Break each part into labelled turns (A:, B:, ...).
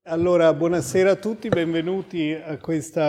A: Allora, buonasera a tutti, benvenuti a questo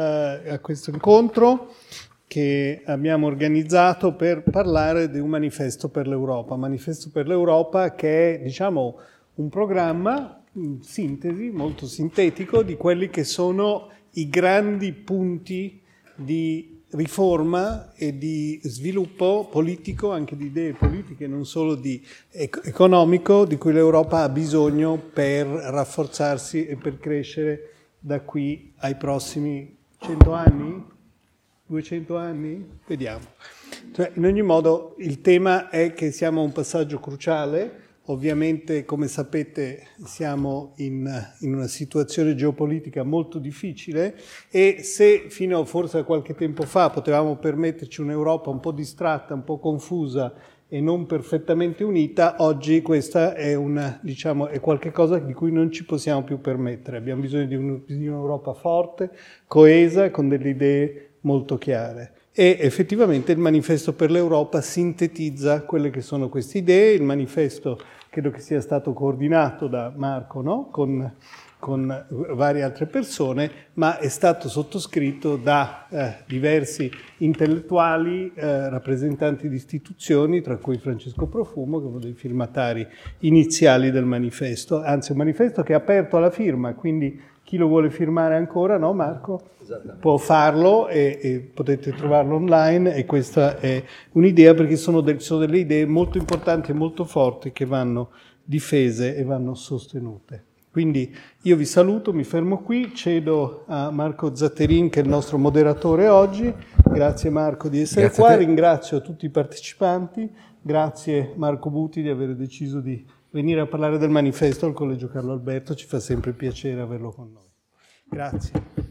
A: incontro che abbiamo organizzato per parlare di un manifesto per l'Europa. Manifesto per l'Europa che è, diciamo, un programma, in sintesi, molto sintetico, di quelli che sono i grandi punti di riforma e di sviluppo politico, anche di idee politiche, non solo di economico, di cui l'Europa ha bisogno per rafforzarsi e per crescere da qui ai prossimi 100 anni? 200 anni? Vediamo. Cioè, in ogni modo il tema è che siamo a un passaggio cruciale. Ovviamente, come sapete, siamo in una situazione geopolitica molto difficile e se fino forse a qualche tempo fa potevamo permetterci un'Europa un po' distratta, un po' confusa e non perfettamente unita, oggi questa è è qualcosa di cui non ci possiamo più permettere. Abbiamo bisogno di un'Europa forte, coesa, con delle idee molto chiare. E effettivamente il manifesto per l'Europa sintetizza quelle che sono queste idee. Il manifesto credo che sia stato coordinato da Marco, no? con varie altre persone, ma è stato sottoscritto da diversi intellettuali, rappresentanti di istituzioni, tra cui Francesco Profumo, che è uno dei firmatari iniziali del manifesto, anzi un manifesto che è aperto alla firma, quindi chi lo vuole firmare ancora, no Marco? Può farlo e potete trovarlo online, e questa è un'idea perché sono delle idee molto importanti e molto forti che vanno difese e vanno sostenute. Quindi io vi saluto, mi fermo qui, cedo a Marco Zatterin che è il nostro moderatore oggi. Grazie Marco di essere qua, ringrazio tutti i partecipanti, grazie Marco Buti di aver deciso di venire a parlare del manifesto al Collegio Carlo Alberto, ci fa sempre piacere averlo con noi. Grazie.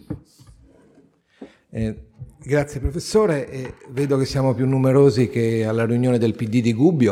B: Grazie professore, vedo che siamo più numerosi che alla riunione del PD di Gubbio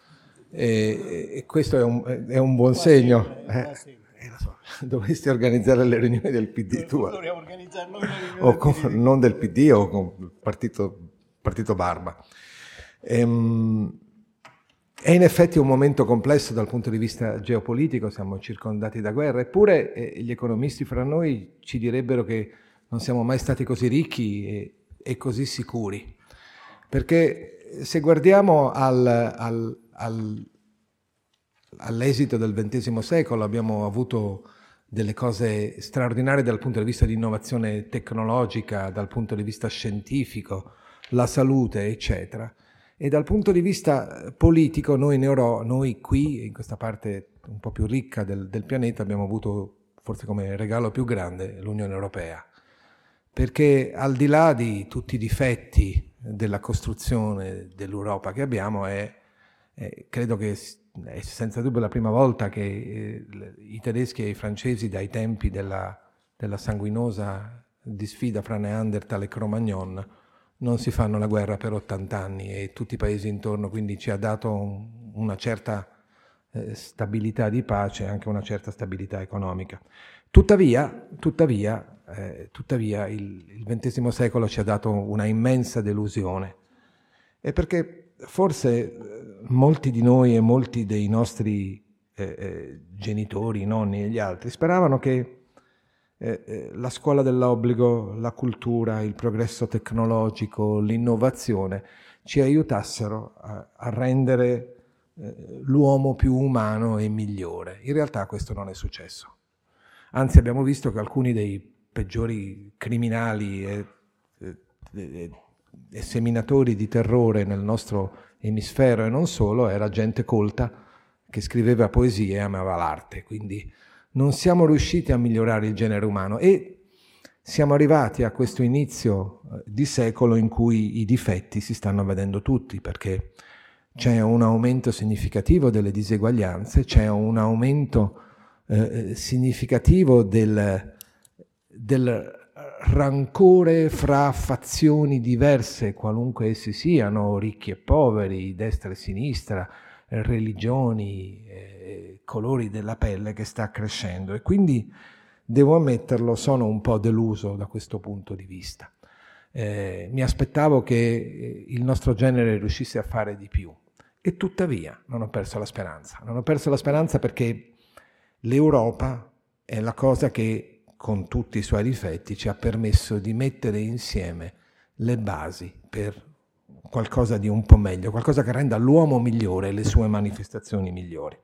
B: e questo è un buon segno. Lo so. Dovresti organizzare le riunioni del PD tua.
A: Dovremmo organizzare noi le riunioni
B: o
A: del PD.
B: Non del PD o con il partito Barba. È in effetti un momento complesso dal punto di vista geopolitico, siamo circondati da guerra, eppure gli economisti fra noi ci direbbero che non siamo mai stati così ricchi e così sicuri. Perché se guardiamo all'esito del XX secolo abbiamo avuto delle cose straordinarie dal punto di vista di innovazione tecnologica, dal punto di vista scientifico, la salute, eccetera. E dal punto di vista politico noi qui, in questa parte un po' più ricca del pianeta, abbiamo avuto forse come regalo più grande l'Unione Europea. Perché al di là di tutti i difetti della costruzione dell'Europa che abbiamo, credo che è senza dubbio la prima volta che i tedeschi e i francesi, dai tempi della sanguinosa disfida fra Neanderthal e Cro-Magnon, non si fanno la guerra per 80 anni e tutti i paesi intorno, quindi ci ha dato una certa stabilità di pace e anche una certa stabilità economica. Tuttavia il XX secolo ci ha dato una immensa delusione, e perché forse molti di noi e molti dei nostri genitori, nonni e gli altri speravano che la scuola dell'obbligo, la cultura, il progresso tecnologico, l'innovazione ci aiutassero a rendere l'uomo più umano e migliore. In realtà questo non è successo. Anzi, abbiamo visto che alcuni dei peggiori criminali e seminatori di terrore nel nostro emisfero e non solo era gente colta che scriveva poesie e amava l'arte. Quindi non siamo riusciti a migliorare il genere umano e siamo arrivati a questo inizio di secolo in cui i difetti si stanno vedendo tutti, perché c'è un aumento significativo delle diseguaglianze, c'è un aumento significativo del rancore fra fazioni diverse, qualunque essi siano, ricchi e poveri, destra e sinistra, religioni, colori della pelle, che sta crescendo. E quindi, devo ammetterlo, sono un po' deluso da questo punto di vista. Mi aspettavo che il nostro genere riuscisse a fare di più. E tuttavia non ho perso la speranza. Non ho perso la speranza perché l'Europa è la cosa che, con tutti i suoi difetti, ci ha permesso di mettere insieme le basi per qualcosa di un po' meglio, qualcosa che renda l'uomo migliore e le sue manifestazioni migliori.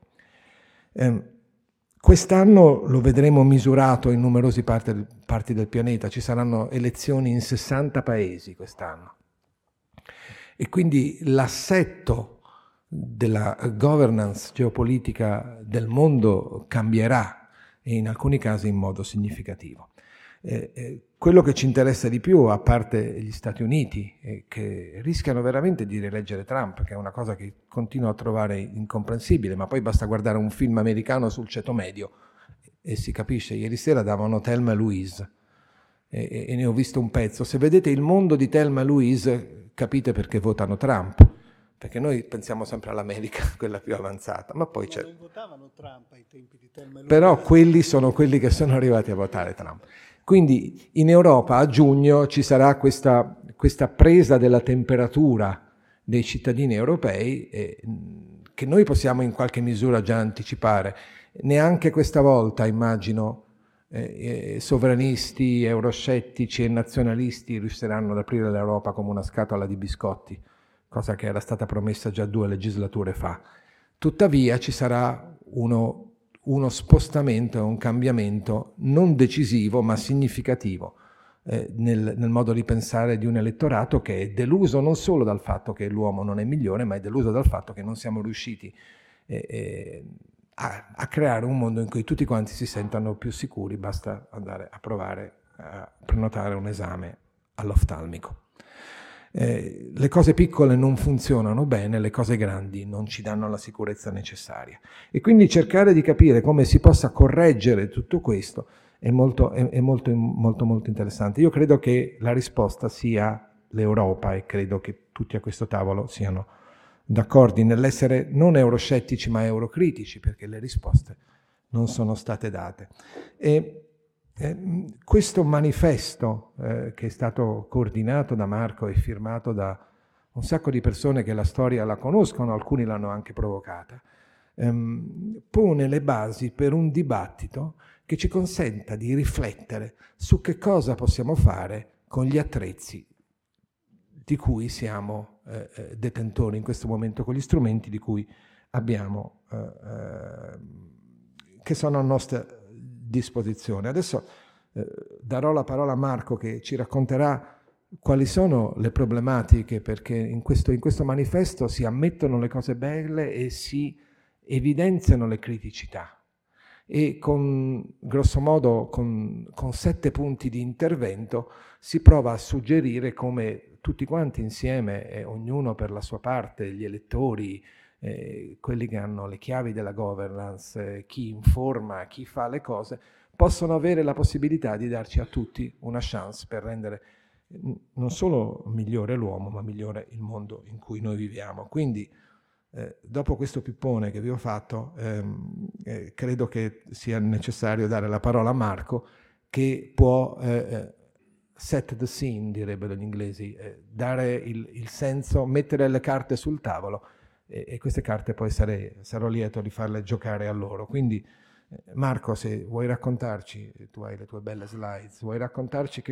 B: Quest'anno lo vedremo misurato in numerose parti del pianeta, ci saranno elezioni in 60 paesi quest'anno e quindi l'assetto della governance geopolitica del mondo cambierà e in alcuni casi in modo significativo. Quello che ci interessa di più, a parte gli Stati Uniti, che rischiano veramente di rieleggere Trump, che è una cosa che continuo a trovare incomprensibile, ma poi basta guardare un film americano sul ceto medio e si capisce. Ieri sera davano Thelma e Louise e ne ho visto un pezzo. Se vedete il mondo di Thelma e Louise capite perché votano Trump, perché noi pensiamo sempre all'America, quella più avanzata, ma poi c'è...
A: Non votavano Trump ai tempi di Thelma e Louise.
B: Però quelli sono quelli che sono arrivati a votare Trump. Quindi in Europa a giugno ci sarà questa presa della temperatura dei cittadini europei che noi possiamo in qualche misura già anticipare. Neanche questa volta, immagino, sovranisti, euroscettici e nazionalisti riusciranno ad aprire l'Europa come una scatola di biscotti, cosa che era stata promessa già 2 legislature fa. Tuttavia ci sarà uno spostamento e un cambiamento non decisivo ma significativo nel modo di pensare di un elettorato che è deluso non solo dal fatto che l'uomo non è migliore, ma è deluso dal fatto che non siamo riusciti a creare un mondo in cui tutti quanti si sentano più sicuri, basta andare a provare a prenotare un esame all'oftalmico. Le cose piccole non funzionano bene, le cose grandi non ci danno la sicurezza necessaria. E quindi cercare di capire come si possa correggere tutto questo è molto interessante. Io credo che la risposta sia l'Europa e credo che tutti a questo tavolo siano d'accordo nell'essere non euroscettici ma eurocritici, perché le risposte non sono state date. Questo manifesto che è stato coordinato da Marco e firmato da un sacco di persone che la storia la conoscono, alcuni l'hanno anche provocata, pone le basi per un dibattito che ci consenta di riflettere su che cosa possiamo fare con gli attrezzi di cui siamo detentori in questo momento, con gli strumenti di cui abbiamo, che sono a nostra disposizione. Adesso darò la parola a Marco che ci racconterà quali sono le problematiche, perché in questo manifesto si ammettono le cose belle e si evidenziano le criticità e grosso modo con 7 punti di intervento si prova a suggerire come tutti quanti insieme e ognuno per la sua parte, gli elettori, quelli che hanno le chiavi della governance, chi informa, chi fa le cose, possono avere la possibilità di darci a tutti una chance per rendere non solo migliore l'uomo, ma migliore il mondo in cui noi viviamo. Quindi, dopo questo pippone che vi ho fatto, credo che sia necessario dare la parola a Marco, che può set the scene, direbbero gli inglesi, dare il senso, mettere le carte sul tavolo, e queste carte poi sarò lieto di farle giocare a loro. Quindi Marco, se vuoi raccontarci, tu hai le tue belle slides, vuoi raccontarci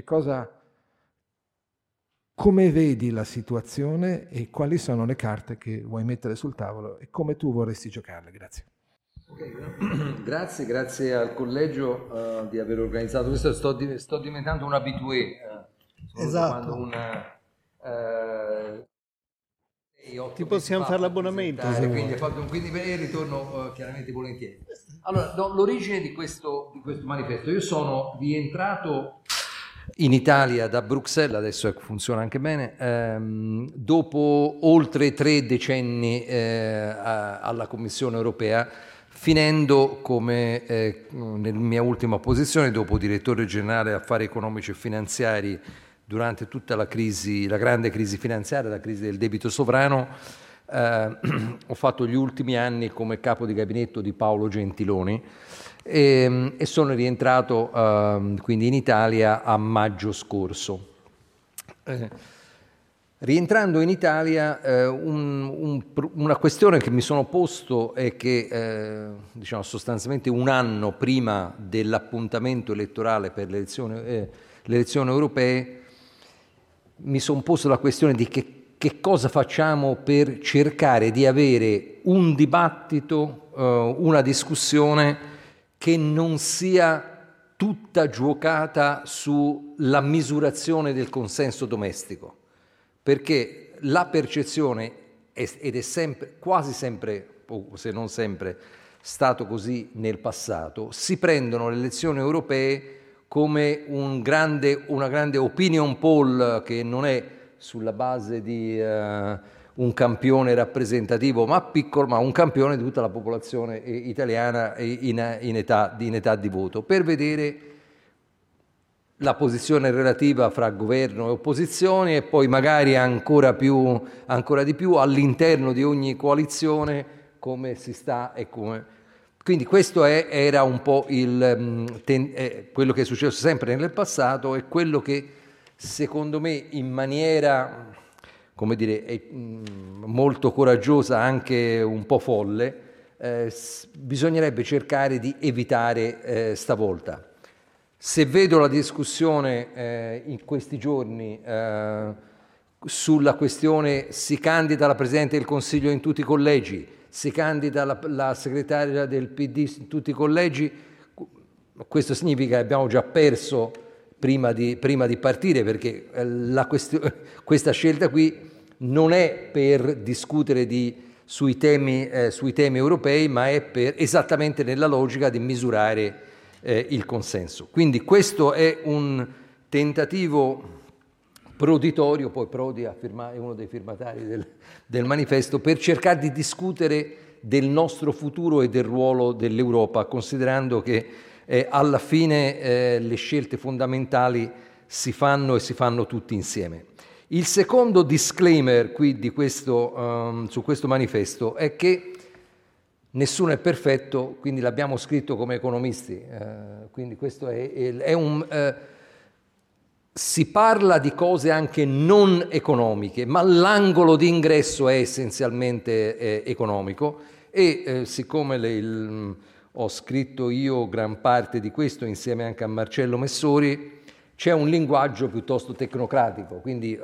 B: come vedi la situazione e quali sono le carte che vuoi mettere sul tavolo e come tu vorresti giocarle? Grazie.
C: Okay. Grazie al collegio di aver organizzato questo. Sto diventando un habitué.
A: Esatto. Ti possiamo fare l'abbonamento.
C: Quindi ritorno chiaramente volentieri. Allora, l'origine di questo manifesto. Io sono rientrato in Italia da Bruxelles, adesso funziona anche bene, dopo oltre 3 decenni alla Commissione europea, finendo come nella mia ultima posizione, dopo direttore generale affari economici e finanziari durante tutta la grande crisi finanziaria, la crisi del debito sovrano. Ho fatto gli ultimi anni come capo di gabinetto di Paolo Gentiloni e sono rientrato quindi in Italia a maggio scorso. Rientrando in Italia, una questione che mi sono posto è che, diciamo, sostanzialmente un anno prima dell'appuntamento elettorale per le elezioni europee, mi sono posto la questione di che cosa facciamo per cercare di avere un dibattito, una discussione che non sia tutta giocata sulla misurazione del consenso domestico. Perché la percezione, ed è sempre, quasi sempre, se non sempre, stato così nel passato, si prendono le elezioni europee come una grande opinion poll che non è sulla base di un campione rappresentativo ma piccolo, ma un campione di tutta la popolazione italiana in età di voto, per vedere la posizione relativa fra governo e opposizioni e poi magari ancora di più all'interno di ogni coalizione come si sta e come. Quindi questo era un po' quello che è successo sempre nel passato e quello che secondo me in maniera, come dire, molto coraggiosa, anche un po' folle, bisognerebbe cercare di evitare stavolta. Se vedo la discussione in questi giorni sulla questione si candida la Presidente del Consiglio in tutti i collegi, si candida la segretaria del PD in tutti i collegi, questo significa che abbiamo già perso prima di partire, perché questa scelta qui non è per discutere sui temi europei, ma è esattamente nella logica di misurare il consenso. Quindi questo è un tentativo proditorio, poi Prodi è uno dei firmatari del manifesto, per cercare di discutere del nostro futuro e del ruolo dell'Europa, considerando che alla fine le scelte fondamentali si fanno tutti insieme. Il secondo disclaimer qui su questo manifesto è che nessuno è perfetto, quindi l'abbiamo scritto come economisti, quindi questo si parla di cose anche non economiche, ma l'angolo di ingresso è essenzialmente economico e siccome ho scritto io gran parte di questo insieme anche a Marcello Messori, c'è un linguaggio piuttosto tecnocratico, quindi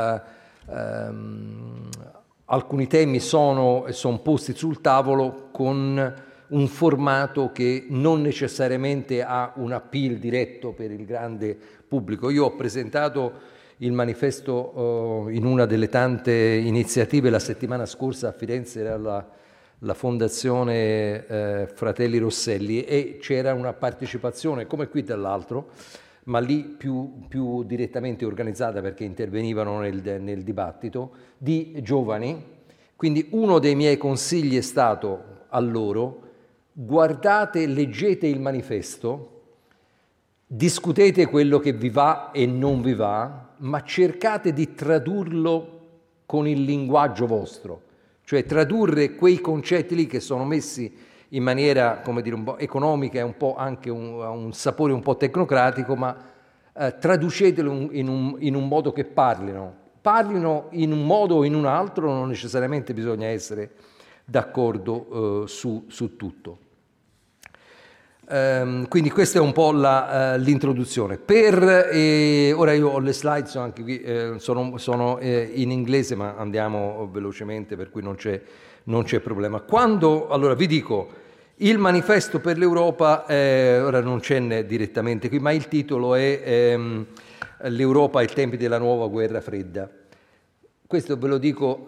C: alcuni temi sono posti sul tavolo con un formato che non necessariamente ha un appeal diretto per il grande pubblico. Io ho presentato il manifesto in una delle tante iniziative la settimana scorsa a Firenze alla Fondazione Fratelli Rosselli e c'era una partecipazione, come qui dall'altro, ma lì più direttamente organizzata perché intervenivano nel dibattito, di giovani. Quindi uno dei miei consigli è stato a loro: guardate, leggete il manifesto, discutete quello che vi va e non vi va, ma cercate di tradurlo con il linguaggio vostro, cioè tradurre quei concetti lì che sono messi in maniera, come dire, un po' economica e un po' anche un sapore un po' tecnocratico, ma traducetelo in un modo che parlino in un modo o in un altro, non necessariamente bisogna essere d'accordo su tutto. Quindi questa è un po' l'introduzione. Ora io ho le slide, sono anche qui, sono in inglese, ma andiamo velocemente, per cui non c'è problema. Allora vi dico, il manifesto per l'Europa, ora non c'è direttamente qui, ma il titolo è L'Europa ai tempi della nuova guerra fredda. Questo ve lo dico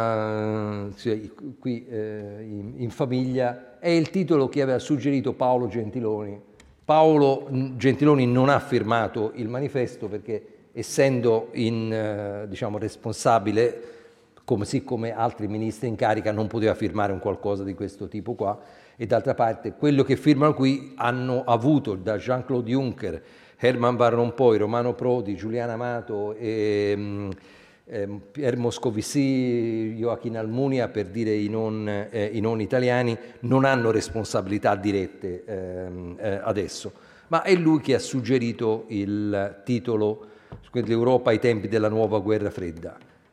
C: qui in famiglia, è il titolo che aveva suggerito Paolo Gentiloni. Paolo Gentiloni non ha firmato il manifesto perché, essendo responsabile, come altri ministri in carica, non poteva firmare un qualcosa di questo tipo qua. E d'altra parte quello che firmano qui hanno avuto da Jean-Claude Juncker, Herman Van Rompuy, Romano Prodi, Giuliano Amato e Pierre Moscovici, Joachim Almunia, per dire i non italiani, non hanno responsabilità dirette adesso, ma è lui che ha suggerito il titolo L'Europa ai tempi della nuova guerra fredda.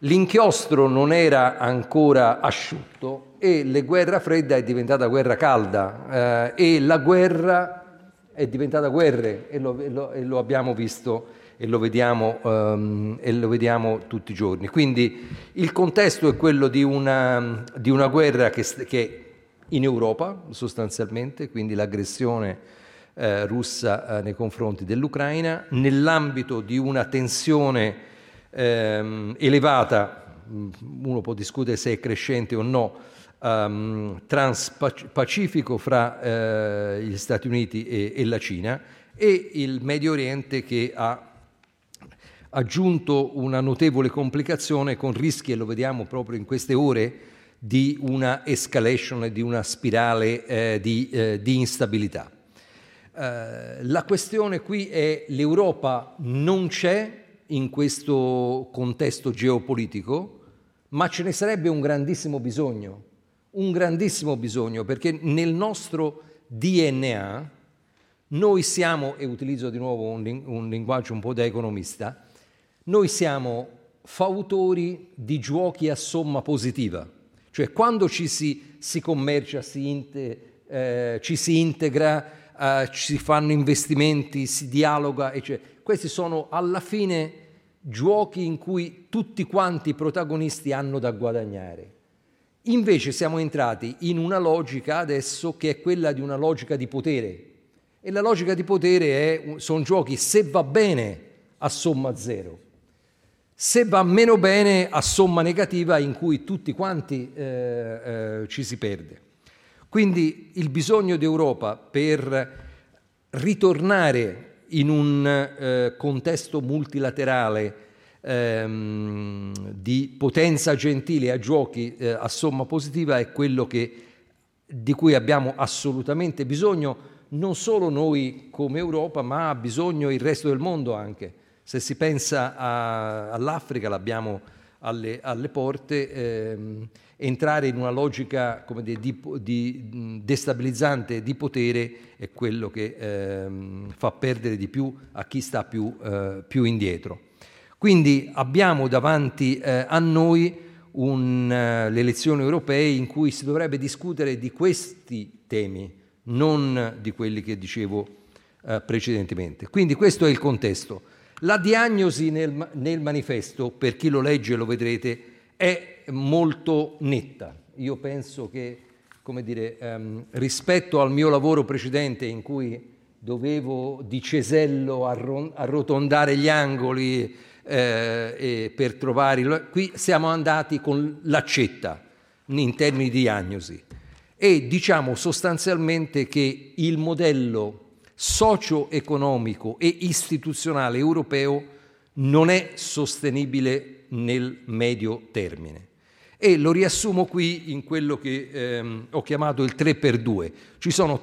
C: l'inchiostro non era ancora asciutto e la guerra fredda è diventata guerra calda, e la guerra è diventata guerre, e lo abbiamo visto e lo vediamo tutti i giorni. Quindi il contesto è quello di una guerra che in Europa sostanzialmente, quindi l'aggressione russa nei confronti dell'Ucraina, nell'ambito di una tensione elevata, uno può discutere se è crescente o no, transpacifico fra gli Stati Uniti e la Cina, e il Medio Oriente che ha aggiunto una notevole complicazione con rischi, e lo vediamo proprio in queste ore, di una escalation e di una spirale di instabilità. La questione qui è: l'Europa non c'è in questo contesto geopolitico, ma ce ne sarebbe un grandissimo bisogno, perché nel nostro DNA noi siamo, e utilizzo di nuovo un linguaggio un po' da economista, noi siamo fautori di giochi a somma positiva, cioè quando ci si commercia, ci si integra, ci si fanno investimenti, si dialoga, eccetera. Questi sono alla fine giochi in cui tutti quanti i protagonisti hanno da guadagnare. Invece siamo entrati in una logica adesso che è quella di una logica di potere, e la logica di potere sono giochi, se va bene, a somma zero, se va meno bene, a somma negativa, in cui tutti quanti ci si perde. Quindi il bisogno d'Europa per ritornare in un contesto multilaterale di potenza gentile a giochi a somma positiva è quello di cui abbiamo assolutamente bisogno, non solo noi come Europa, ma ha bisogno il resto del mondo anche. Se si pensa all'Africa, l'abbiamo alle porte, entrare in una logica, come dire, di destabilizzante di potere è quello che fa perdere di più a chi sta più indietro. Quindi abbiamo davanti a noi le elezioni europee in cui si dovrebbe discutere di questi temi, non di quelli che dicevo precedentemente. Quindi questo è il contesto. La diagnosi nel manifesto, per chi lo legge lo vedrete, è molto netta. Io penso che, come dire, rispetto al mio lavoro precedente in cui dovevo di cesello arrotondare gli angoli per trovare, qui siamo andati con l'accetta in termini di diagnosi, e diciamo sostanzialmente che il modello socio-economico e istituzionale europeo non è sostenibile nel medio termine, e lo riassumo qui in quello che ho chiamato il 3x2. Ci sono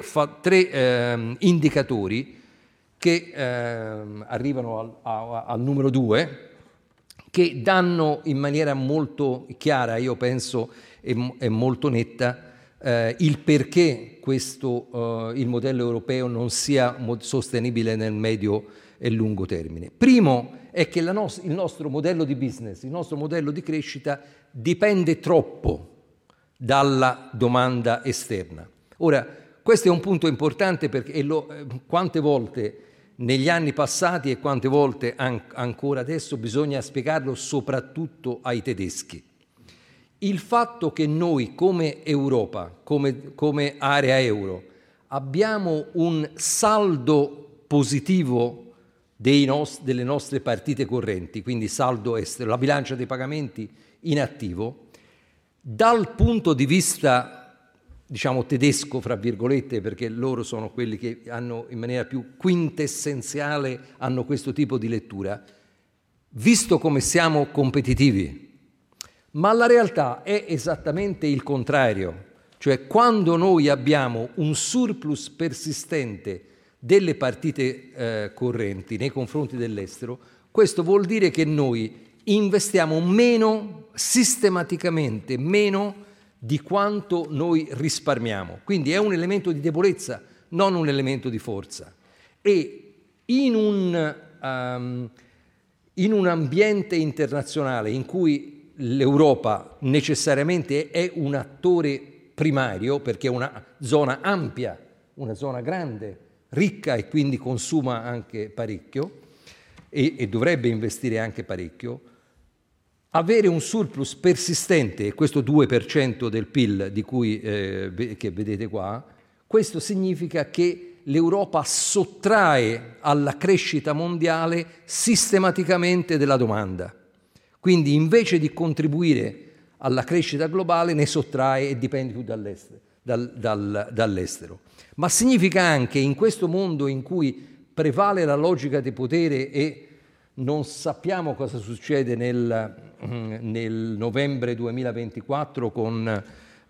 C: tre indicatori che arrivano al numero 2, che danno in maniera molto chiara, io penso, e molto netta, il perché il modello europeo non sia sostenibile nel medio e lungo termine. Primo è che il nostro modello di business, il nostro modello di crescita dipende troppo dalla domanda esterna. Ora, questo è un punto importante perché quante volte negli anni passati e quante volte ancora adesso bisogna spiegarlo soprattutto ai tedeschi. Il fatto che noi come Europa, come area euro, abbiamo un saldo positivo delle nostre partite correnti, quindi saldo estero, la bilancia dei pagamenti in attivo, dal punto di vista, diciamo, tedesco, fra virgolette, perché loro sono quelli che hanno in maniera più quintessenziale hanno questo tipo di lettura, visto come siamo competitivi. Ma la realtà è esattamente il contrario, cioè quando noi abbiamo un surplus persistente delle partite correnti nei confronti dell'estero, questo vuol dire che noi investiamo sistematicamente meno di quanto noi risparmiamo. Quindi è un elemento di debolezza, non un elemento di forza. E in in un ambiente internazionale in cui l'Europa necessariamente è un attore primario, perché è una zona ampia, una zona grande, ricca e quindi consuma anche parecchio e dovrebbe investire anche parecchio, avere un surplus persistente, questo 2% del PIL di cui che vedete qua, questo significa che l'Europa sottrae alla crescita mondiale sistematicamente della domanda. Quindi invece di contribuire alla crescita globale ne sottrae e dipende più dall'estero. Ma significa anche, in questo mondo in cui prevale la logica di potere e non sappiamo cosa succede nel novembre 2024 con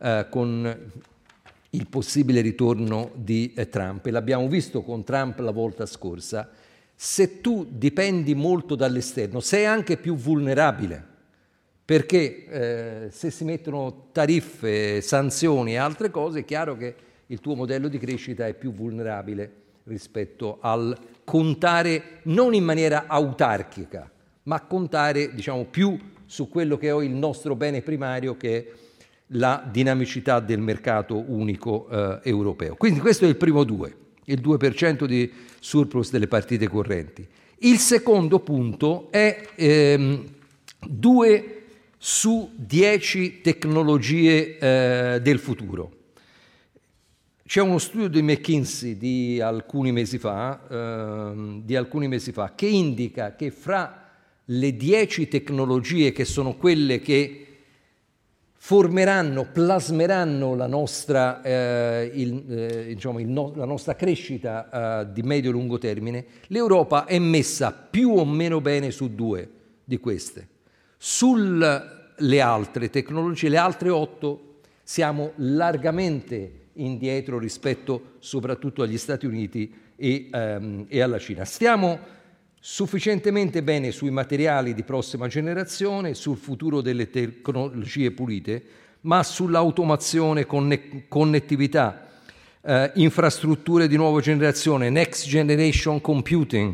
C: il possibile ritorno di Trump, e l'abbiamo visto con Trump la volta scorsa, se tu dipendi molto dall'esterno sei anche più vulnerabile, perché se si mettono tariffe, sanzioni e altre cose, è chiaro che il tuo modello di crescita è più vulnerabile rispetto al contare non in maniera autarchica, ma contare, diciamo, più su quello che è il nostro bene primario, che è la dinamicità del mercato unico europeo. Quindi questo è il primo il 2% di surplus delle partite correnti. Il secondo punto è 2 su 10 tecnologie del futuro. C'è uno studio di McKinsey di alcuni mesi fa che indica che fra le 10 tecnologie che sono quelle che plasmeranno la nostra, la nostra crescita di medio-lungo termine, l'Europa è messa più o meno bene su 2 di queste. Sulle altre tecnologie, le altre 8, siamo largamente indietro rispetto soprattutto agli Stati Uniti e alla Cina. Stiamo sufficientemente bene sui materiali di prossima generazione, sul futuro delle tecnologie pulite, ma sull'automazione, connettività, infrastrutture di nuova generazione, next generation computing,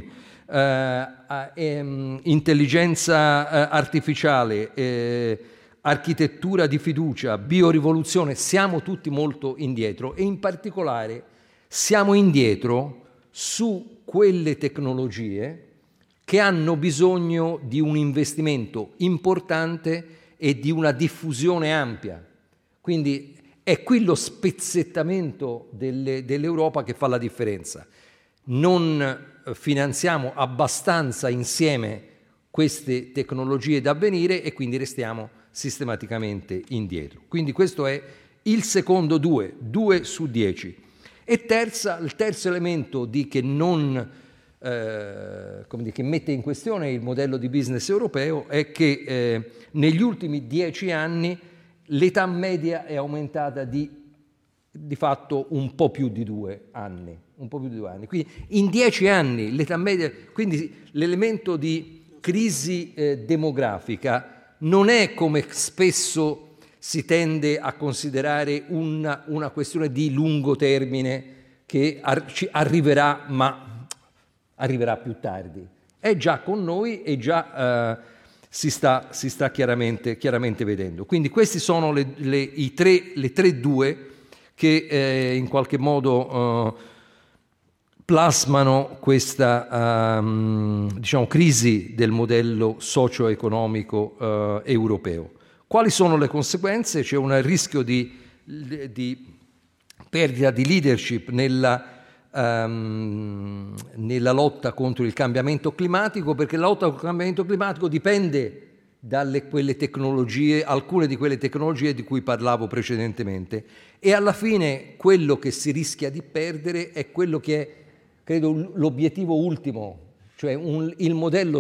C: intelligenza artificiale, architettura di fiducia, biorivoluzione, siamo tutti molto indietro, e in particolare siamo indietro su quelle tecnologie che hanno bisogno di un investimento importante e di una diffusione ampia. Quindi è qui lo spezzettamento dell'Europa che fa la differenza. Non finanziamo abbastanza insieme queste tecnologie da avvenire e quindi restiamo sistematicamente indietro. Quindi questo è il secondo 2 su 10. E il terzo elemento che mette in questione il modello di business europeo è che negli ultimi 10 anni l'età media è aumentata di fatto un po' più di 2 anni. Quindi in 10 anni l'età media, quindi l'elemento di crisi demografica non è, come spesso si tende a considerare, una questione di lungo termine che arriverà, ma arriverà più tardi. È già con noi e già si sta chiaramente vedendo. Quindi questi sono le tre due che in qualche modo plasmano questa crisi del modello socio-economico europeo. Quali sono le conseguenze? C'è un rischio di perdita di leadership nella lotta contro il cambiamento climatico, perché la lotta contro il cambiamento climatico dipende quelle tecnologie, alcune di quelle tecnologie di cui parlavo precedentemente, e alla fine quello che si rischia di perdere è quello che è, credo, l'obiettivo ultimo, cioè il modello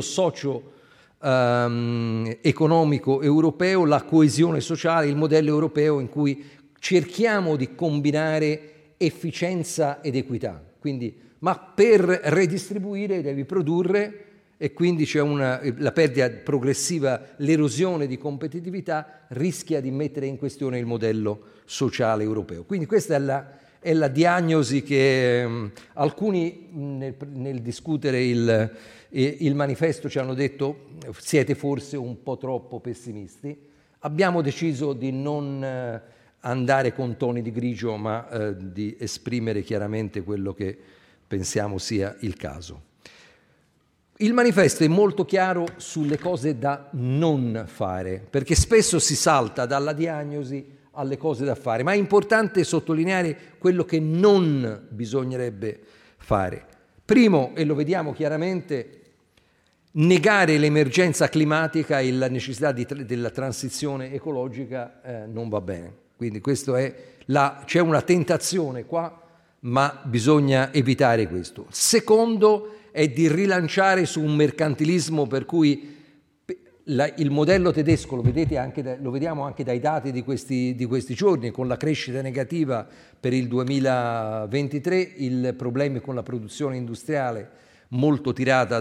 C: socio-economico europeo, la coesione sociale, il modello europeo in cui cerchiamo di combinare efficienza ed equità. Quindi, ma per redistribuire devi produrre, e quindi c'è la perdita progressiva, l'erosione di competitività rischia di mettere in questione il modello sociale europeo. Quindi questa è la diagnosi che alcuni nel discutere il manifesto ci hanno detto: siete forse un po' troppo pessimisti. Abbiamo deciso di non andare con toni di grigio, ma di esprimere chiaramente quello che pensiamo sia il caso. Il manifesto è molto chiaro sulle cose da non fare, perché spesso si salta dalla diagnosi alle cose da fare, ma è importante sottolineare quello che non bisognerebbe fare. Primo, e lo vediamo chiaramente, negare l'emergenza climatica e la necessità della transizione ecologica non va bene. Quindi c'è una tentazione qua, ma bisogna evitare questo. Secondo è di rilanciare su un mercantilismo per cui il modello tedesco, lo vediamo anche dai dati di questi giorni, con la crescita negativa per il 2023, i problemi con la produzione industriale molto tirata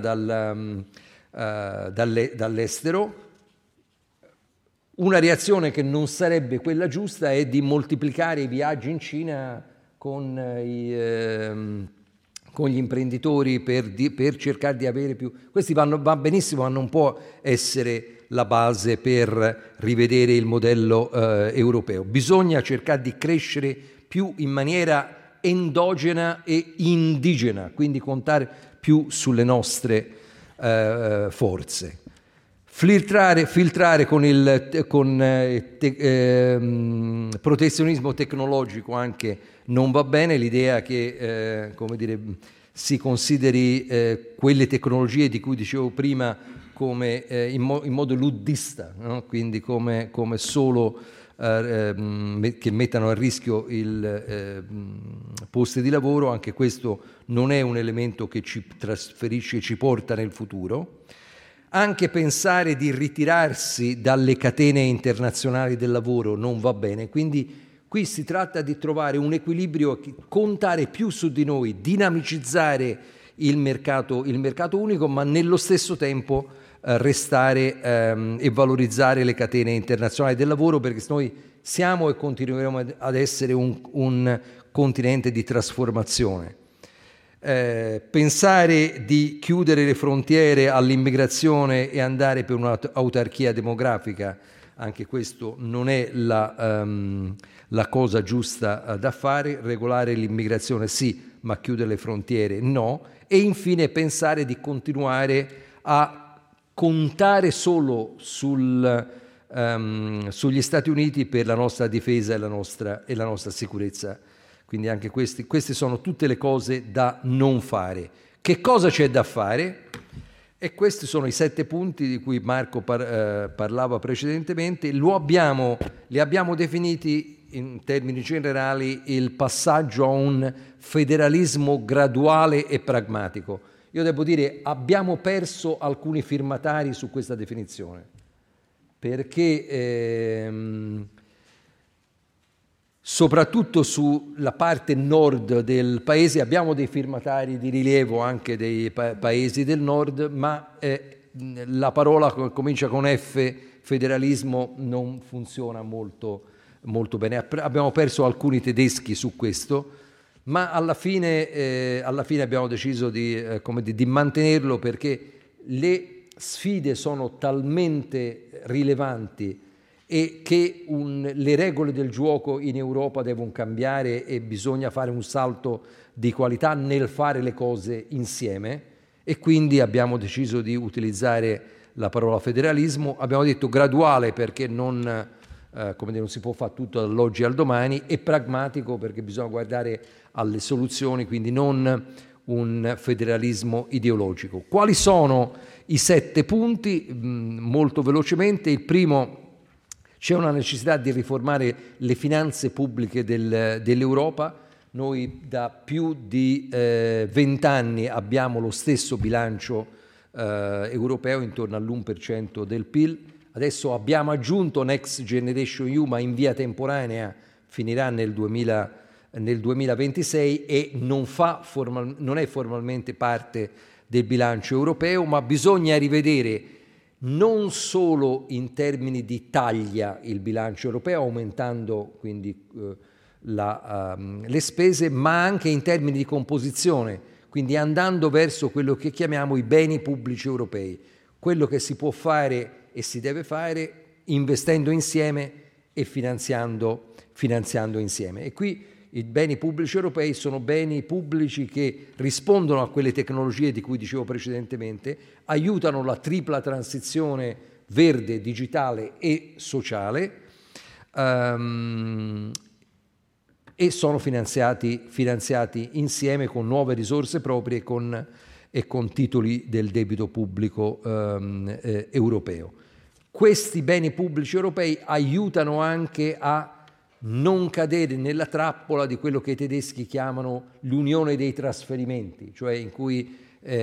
C: dall'estero. Una reazione che non sarebbe quella giusta è di moltiplicare i viaggi in Cina con gli imprenditori per cercare di avere più. Questi va benissimo, ma non può essere la base per rivedere il modello europeo. Bisogna cercare di crescere più in maniera endogena e indigena, quindi contare più sulle nostre forze. Filtrare con il protezionismo tecnologico anche non va bene, l'idea che si consideri quelle tecnologie di cui dicevo prima come in modo luddista, no? Quindi come solo che mettano a rischio posti di lavoro. Anche questo non è un elemento che ci trasferisce e ci porta nel futuro. Anche pensare di ritirarsi dalle catene internazionali del lavoro non va bene, quindi qui si tratta di trovare un equilibrio, contare più su di noi, dinamicizzare il mercato unico, ma nello stesso tempo restare e valorizzare le catene internazionali del lavoro, perché noi siamo e continueremo ad essere un continente di trasformazione. Pensare di chiudere le frontiere all'immigrazione e andare per un'autarchia demografica, anche questo non è la cosa giusta da fare. Regolare l'immigrazione sì, ma chiudere le frontiere no. E infine pensare di continuare a contare solo sugli Stati Uniti per la nostra difesa e la nostra sicurezza. Quindi anche queste sono tutte le cose da non fare. Che cosa c'è da fare? E questi sono i 7 punti di cui Marco parlava precedentemente. Li abbiamo definiti in termini generali il passaggio a un federalismo graduale e pragmatico. Io devo dire, abbiamo perso alcuni firmatari su questa definizione, perché soprattutto sulla parte nord del paese abbiamo dei firmatari di rilievo anche dei paesi del nord, ma la parola comincia con F, federalismo, non funziona molto bene. Abbiamo perso alcuni tedeschi su questo, ma alla fine abbiamo deciso di mantenerlo, perché le sfide sono talmente rilevanti e che le regole del gioco in Europa devono cambiare e bisogna fare un salto di qualità nel fare le cose insieme, e quindi abbiamo deciso di utilizzare la parola federalismo. Abbiamo detto graduale perché non si può fare tutto dall'oggi al domani, e pragmatico perché bisogna guardare alle soluzioni, quindi non un federalismo ideologico. Quali sono i 7 punti? Molto velocemente. Il primo: c'è una necessità di riformare le finanze pubbliche dell'Europa. Noi da più di 20 anni abbiamo lo stesso bilancio europeo, intorno all'1% del PIL. Adesso abbiamo aggiunto Next Generation EU, ma in via temporanea, finirà nel 2026 e non è formalmente parte del bilancio europeo, ma bisogna rivedere non solo in termini di taglia il bilancio europeo, aumentando quindi le spese, ma anche in termini di composizione, quindi andando verso quello che chiamiamo i beni pubblici europei, quello che si può fare e si deve fare investendo insieme e finanziando insieme. E qui i beni pubblici europei sono beni pubblici che rispondono a quelle tecnologie di cui dicevo precedentemente, aiutano la tripla transizione verde, digitale e sociale, e sono finanziati insieme con nuove risorse proprie e con titoli del debito pubblico europeo. Questi beni pubblici europei aiutano anche a non cadere nella trappola di quello che i tedeschi chiamano l'unione dei trasferimenti, cioè in cui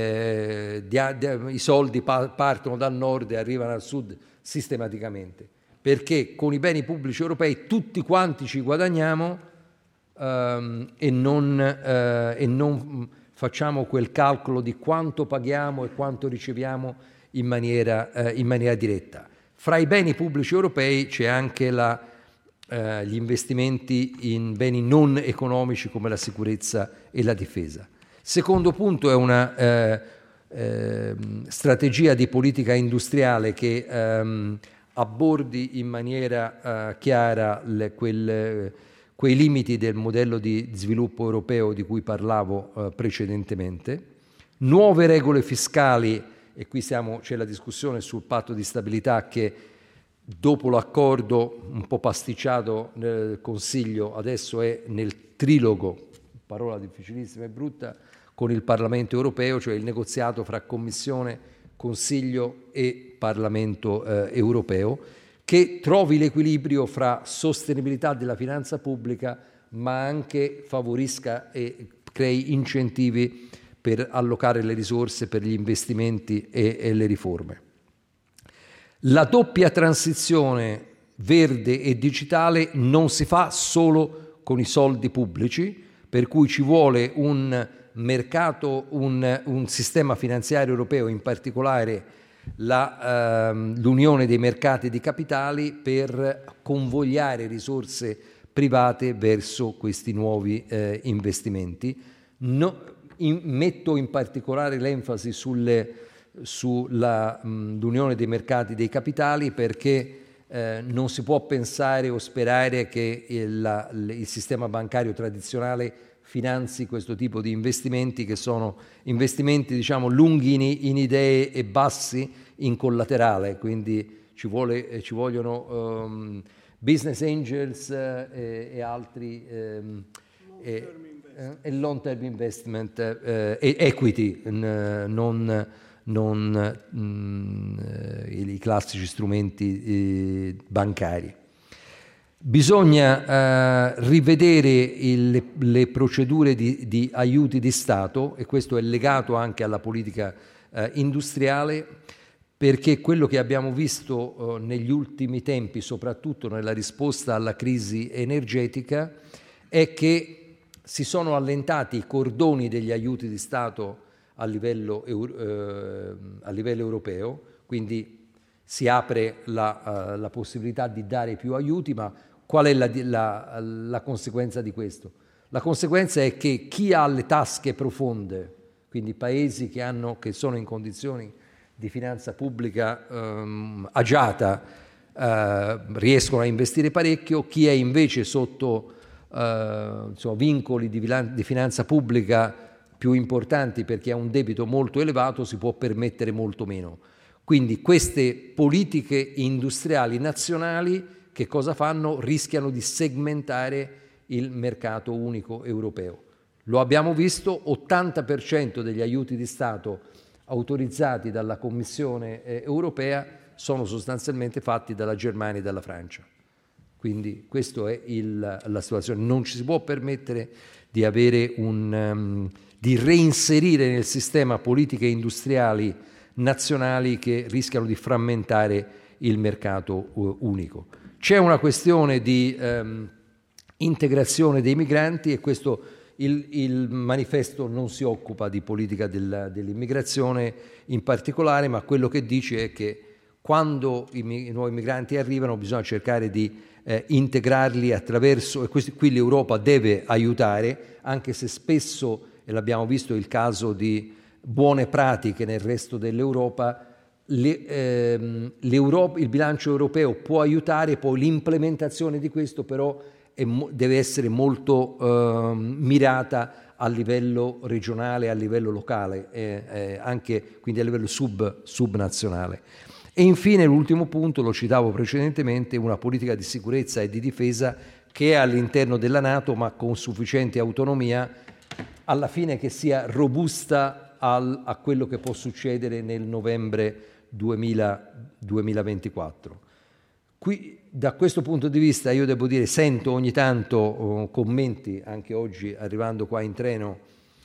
C: i soldi partono dal nord e arrivano al sud sistematicamente, perché con i beni pubblici europei tutti quanti ci guadagniamo e non facciamo quel calcolo di quanto paghiamo e quanto riceviamo in maniera diretta. Fra i beni pubblici europei c'è anche gli investimenti in beni non economici come la sicurezza e la difesa. Secondo punto è una strategia di politica industriale che abbordi in maniera chiara quei limiti del modello di sviluppo europeo di cui parlavo precedentemente, nuove regole fiscali, e qui c'è la discussione sul patto di stabilità che dopo l'accordo un po' pasticciato nel Consiglio adesso è nel trilogo, parola difficilissima e brutta, con il Parlamento europeo, cioè il negoziato fra Commissione, Consiglio e Parlamento europeo, che trovi l'equilibrio fra sostenibilità della finanza pubblica ma anche favorisca e crei incentivi per allocare le risorse per gli investimenti e le riforme. La doppia transizione verde e digitale non si fa solo con i soldi pubblici, per cui ci vuole un mercato, un sistema finanziario europeo, in particolare l'unione dei mercati di capitali, per convogliare risorse private verso questi nuovi investimenti. Metto in particolare l'enfasi sull'unione dei mercati dei capitali perché non si può pensare o sperare che il sistema bancario tradizionale finanzi questo tipo di investimenti, che sono investimenti, diciamo, lunghi in idee e bassi in collaterale, quindi ci vogliono business angels e altri e long term investment e equity, non i classici strumenti bancari. Bisogna rivedere le procedure di aiuti di Stato, e questo è legato anche alla politica industriale, perché quello che abbiamo visto negli ultimi tempi, soprattutto nella risposta alla crisi energetica, è che si sono allentati i cordoni degli aiuti di Stato a livello europeo, quindi si apre la possibilità di dare più aiuti, ma qual è la conseguenza di questo? La conseguenza è che chi ha le tasche profonde, quindi paesi che sono in condizioni di finanza pubblica agiata, riescono a investire parecchio, chi è invece sotto vincoli di finanza pubblica più importanti perché ha un debito molto elevato si può permettere molto meno. Quindi queste politiche industriali nazionali che cosa fanno? Rischiano di segmentare il mercato unico europeo. Lo abbiamo visto, 80% degli aiuti di Stato autorizzati dalla Commissione europea sono sostanzialmente fatti dalla Germania e dalla Francia. Quindi questa è la situazione. Non ci si può permettere di avere di reinserire nel sistema politiche industriali nazionali che rischiano di frammentare il mercato unico. C'è una questione di integrazione dei migranti, e questo il manifesto non si occupa di politica dell'immigrazione in particolare, ma quello che dice è che quando i nuovi migranti arrivano bisogna cercare di integrarli attraverso, e qui l'Europa deve aiutare, anche se spesso, e l'abbiamo visto il caso di buone pratiche nel resto dell'Europa, il bilancio europeo può aiutare, poi l'implementazione di questo però deve essere molto mirata a livello regionale, a livello locale, anche quindi a livello subnazionale. E infine l'ultimo punto, lo citavo precedentemente, una politica di sicurezza e di difesa che è all'interno della NATO ma con sufficiente autonomia, alla fine che sia robusta a quello che può succedere nel novembre 2024. Qui, da questo punto di vista, io devo dire, sento ogni tanto commenti, anche oggi arrivando qua in treno,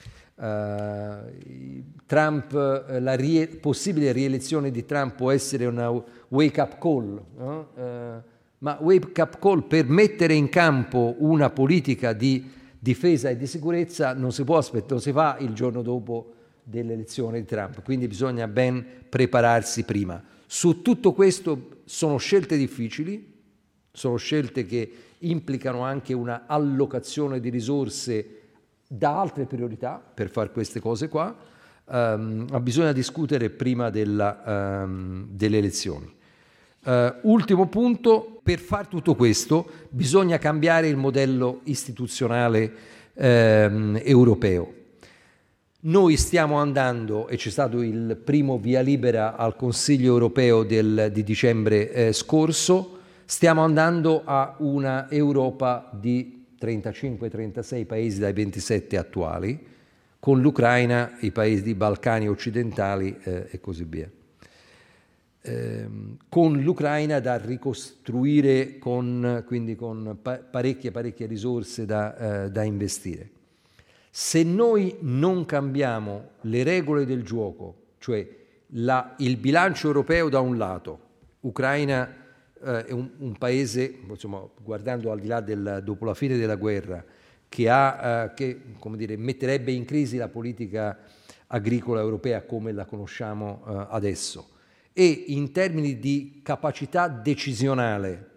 C: Trump, la possibile rielezione di Trump può essere una wake-up call, no? Ma wake-up call per mettere in campo una politica di difesa e di sicurezza non si può aspettare, non si fa il giorno dopo dell'elezione di Trump, quindi bisogna ben prepararsi prima. Su tutto questo sono scelte difficili, sono scelte che implicano anche una allocazione di risorse da altre priorità per fare queste cose qua, ma bisogna discutere prima delle elezioni. Ultimo punto, per fare tutto questo bisogna cambiare il modello istituzionale europeo. Noi stiamo andando, e c'è stato il primo via libera al Consiglio europeo di dicembre scorso, stiamo andando a una Europa di 35-36 paesi dai 27 attuali, con l'Ucraina, i paesi dei Balcani occidentali e così via. Con l'Ucraina da ricostruire quindi con parecchie risorse da investire. Se noi non cambiamo le regole del gioco, cioè il bilancio europeo da un lato, Ucraina è un paese, insomma, guardando al di là dopo la fine della guerra, che come dire, metterebbe in crisi la politica agricola europea come la conosciamo adesso, e in termini di capacità decisionale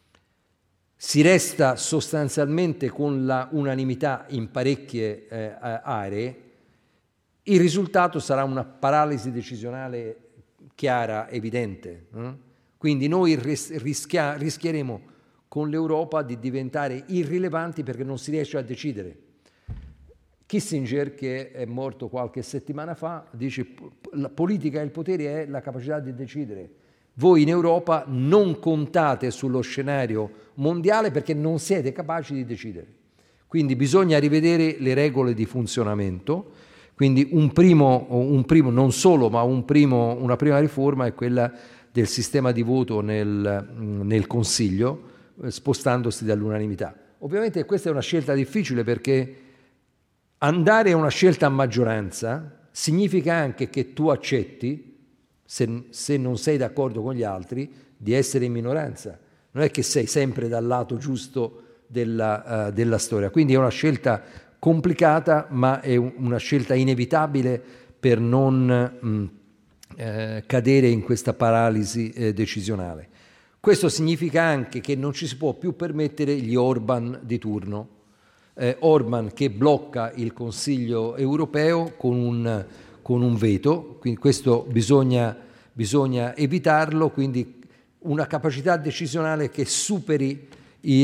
C: si resta sostanzialmente con la unanimità in parecchie aree, il risultato sarà una paralisi decisionale chiara, evidente. Quindi noi rischieremo con l'Europa di diventare irrilevanti perché non si riesce a decidere. Kissinger, che è morto qualche settimana fa, dice: la politica e il potere è la capacità di decidere. Voi in Europa non contate sullo scenario mondiale perché non siete capaci di decidere. Quindi bisogna rivedere le regole di funzionamento. Quindi un primo non solo, ma una prima riforma è quella del sistema di voto nel Consiglio, spostandosi dall'unanimità. Ovviamente questa è una scelta difficile perché andare a una scelta a maggioranza significa anche che tu accetti, se non sei d'accordo con gli altri, di essere in minoranza. Non è che sei sempre dal lato giusto della storia. Quindi è una scelta complicata, ma è una scelta inevitabile per non cadere in questa paralisi decisionale. Questo significa anche che non ci si può più permettere gli Orban di turno. Orban che blocca il Consiglio europeo con un veto, quindi questo bisogna bisogna evitarlo, quindi una capacità decisionale che superi i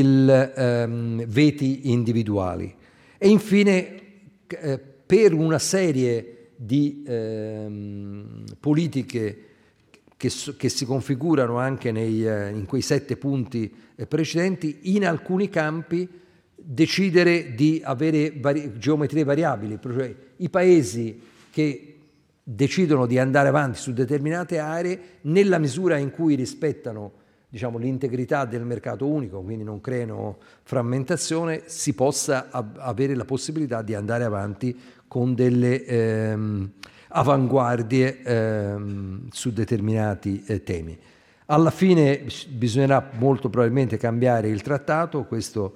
C: veti individuali. E infine, per una serie di politiche che si configurano anche in quei 7 punti precedenti, in alcuni campi decidere di avere geometrie variabili, cioè i paesi che decidono di andare avanti su determinate aree, nella misura in cui rispettano, diciamo, l'integrità del mercato unico, quindi non creano frammentazione, si possa avere la possibilità di andare avanti con delle avanguardie su determinati temi. Alla fine bisognerà molto probabilmente cambiare il trattato, questo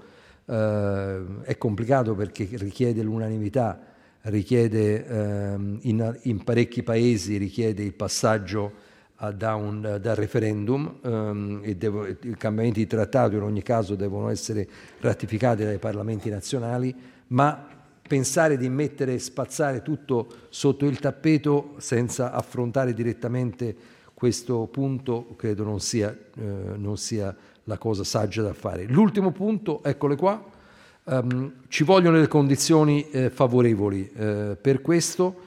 C: è complicato perché richiede l'unanimità, richiede in parecchi paesi richiede il passaggio dal referendum, e i cambiamenti di trattato in ogni caso devono essere ratificati dai parlamenti nazionali, ma pensare di spazzare tutto sotto il tappeto senza affrontare direttamente questo punto credo non sia la cosa saggia da fare. L'ultimo punto, eccole qua, ci vogliono le condizioni favorevoli per questo.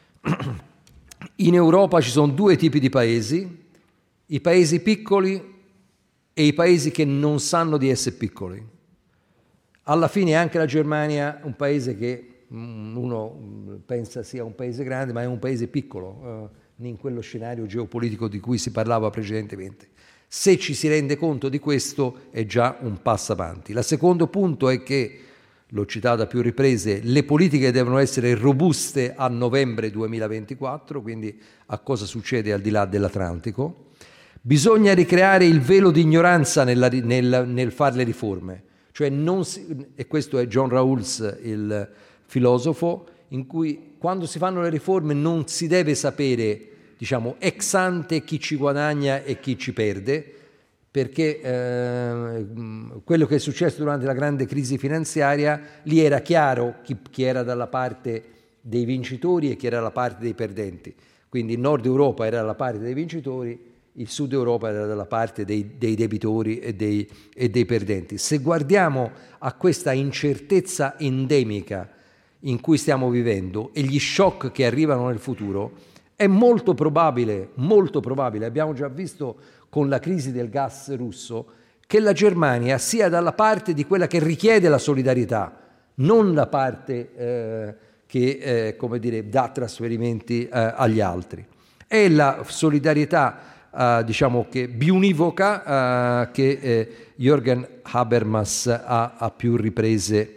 C: In Europa ci sono due tipi di paesi, i paesi piccoli e i paesi che non sanno di essere piccoli. Alla fine anche la Germania, un paese che uno pensa sia un paese grande, ma è un paese piccolo, in quello scenario geopolitico di cui si parlava precedentemente. Se ci si rende conto di questo è già un passo avanti. Il secondo punto è che, l'ho citato a più riprese, le politiche devono essere robuste a novembre 2024, quindi a cosa succede al di là dell'Atlantico. Bisogna ricreare il velo di ignoranza nel fare le riforme, cioè e questo è John Rawls, il filosofo, in cui quando si fanno le riforme non si deve sapere, diciamo, ex ante chi ci guadagna e chi ci perde, perché quello che è successo durante la grande crisi finanziaria, lì era chiaro chi era dalla parte dei vincitori e chi era dalla parte dei perdenti. Quindi il Nord Europa era dalla parte dei vincitori, il Sud Europa era dalla parte dei debitori e dei perdenti. Se guardiamo a questa incertezza endemica in cui stiamo vivendo e gli shock che arrivano nel futuro, è molto probabile, abbiamo già visto con la crisi del gas russo, che la Germania sia dalla parte di quella che richiede la solidarietà, non la parte che dà trasferimenti agli altri. È la solidarietà diciamo che biunivoca che Jürgen Habermas ha a più riprese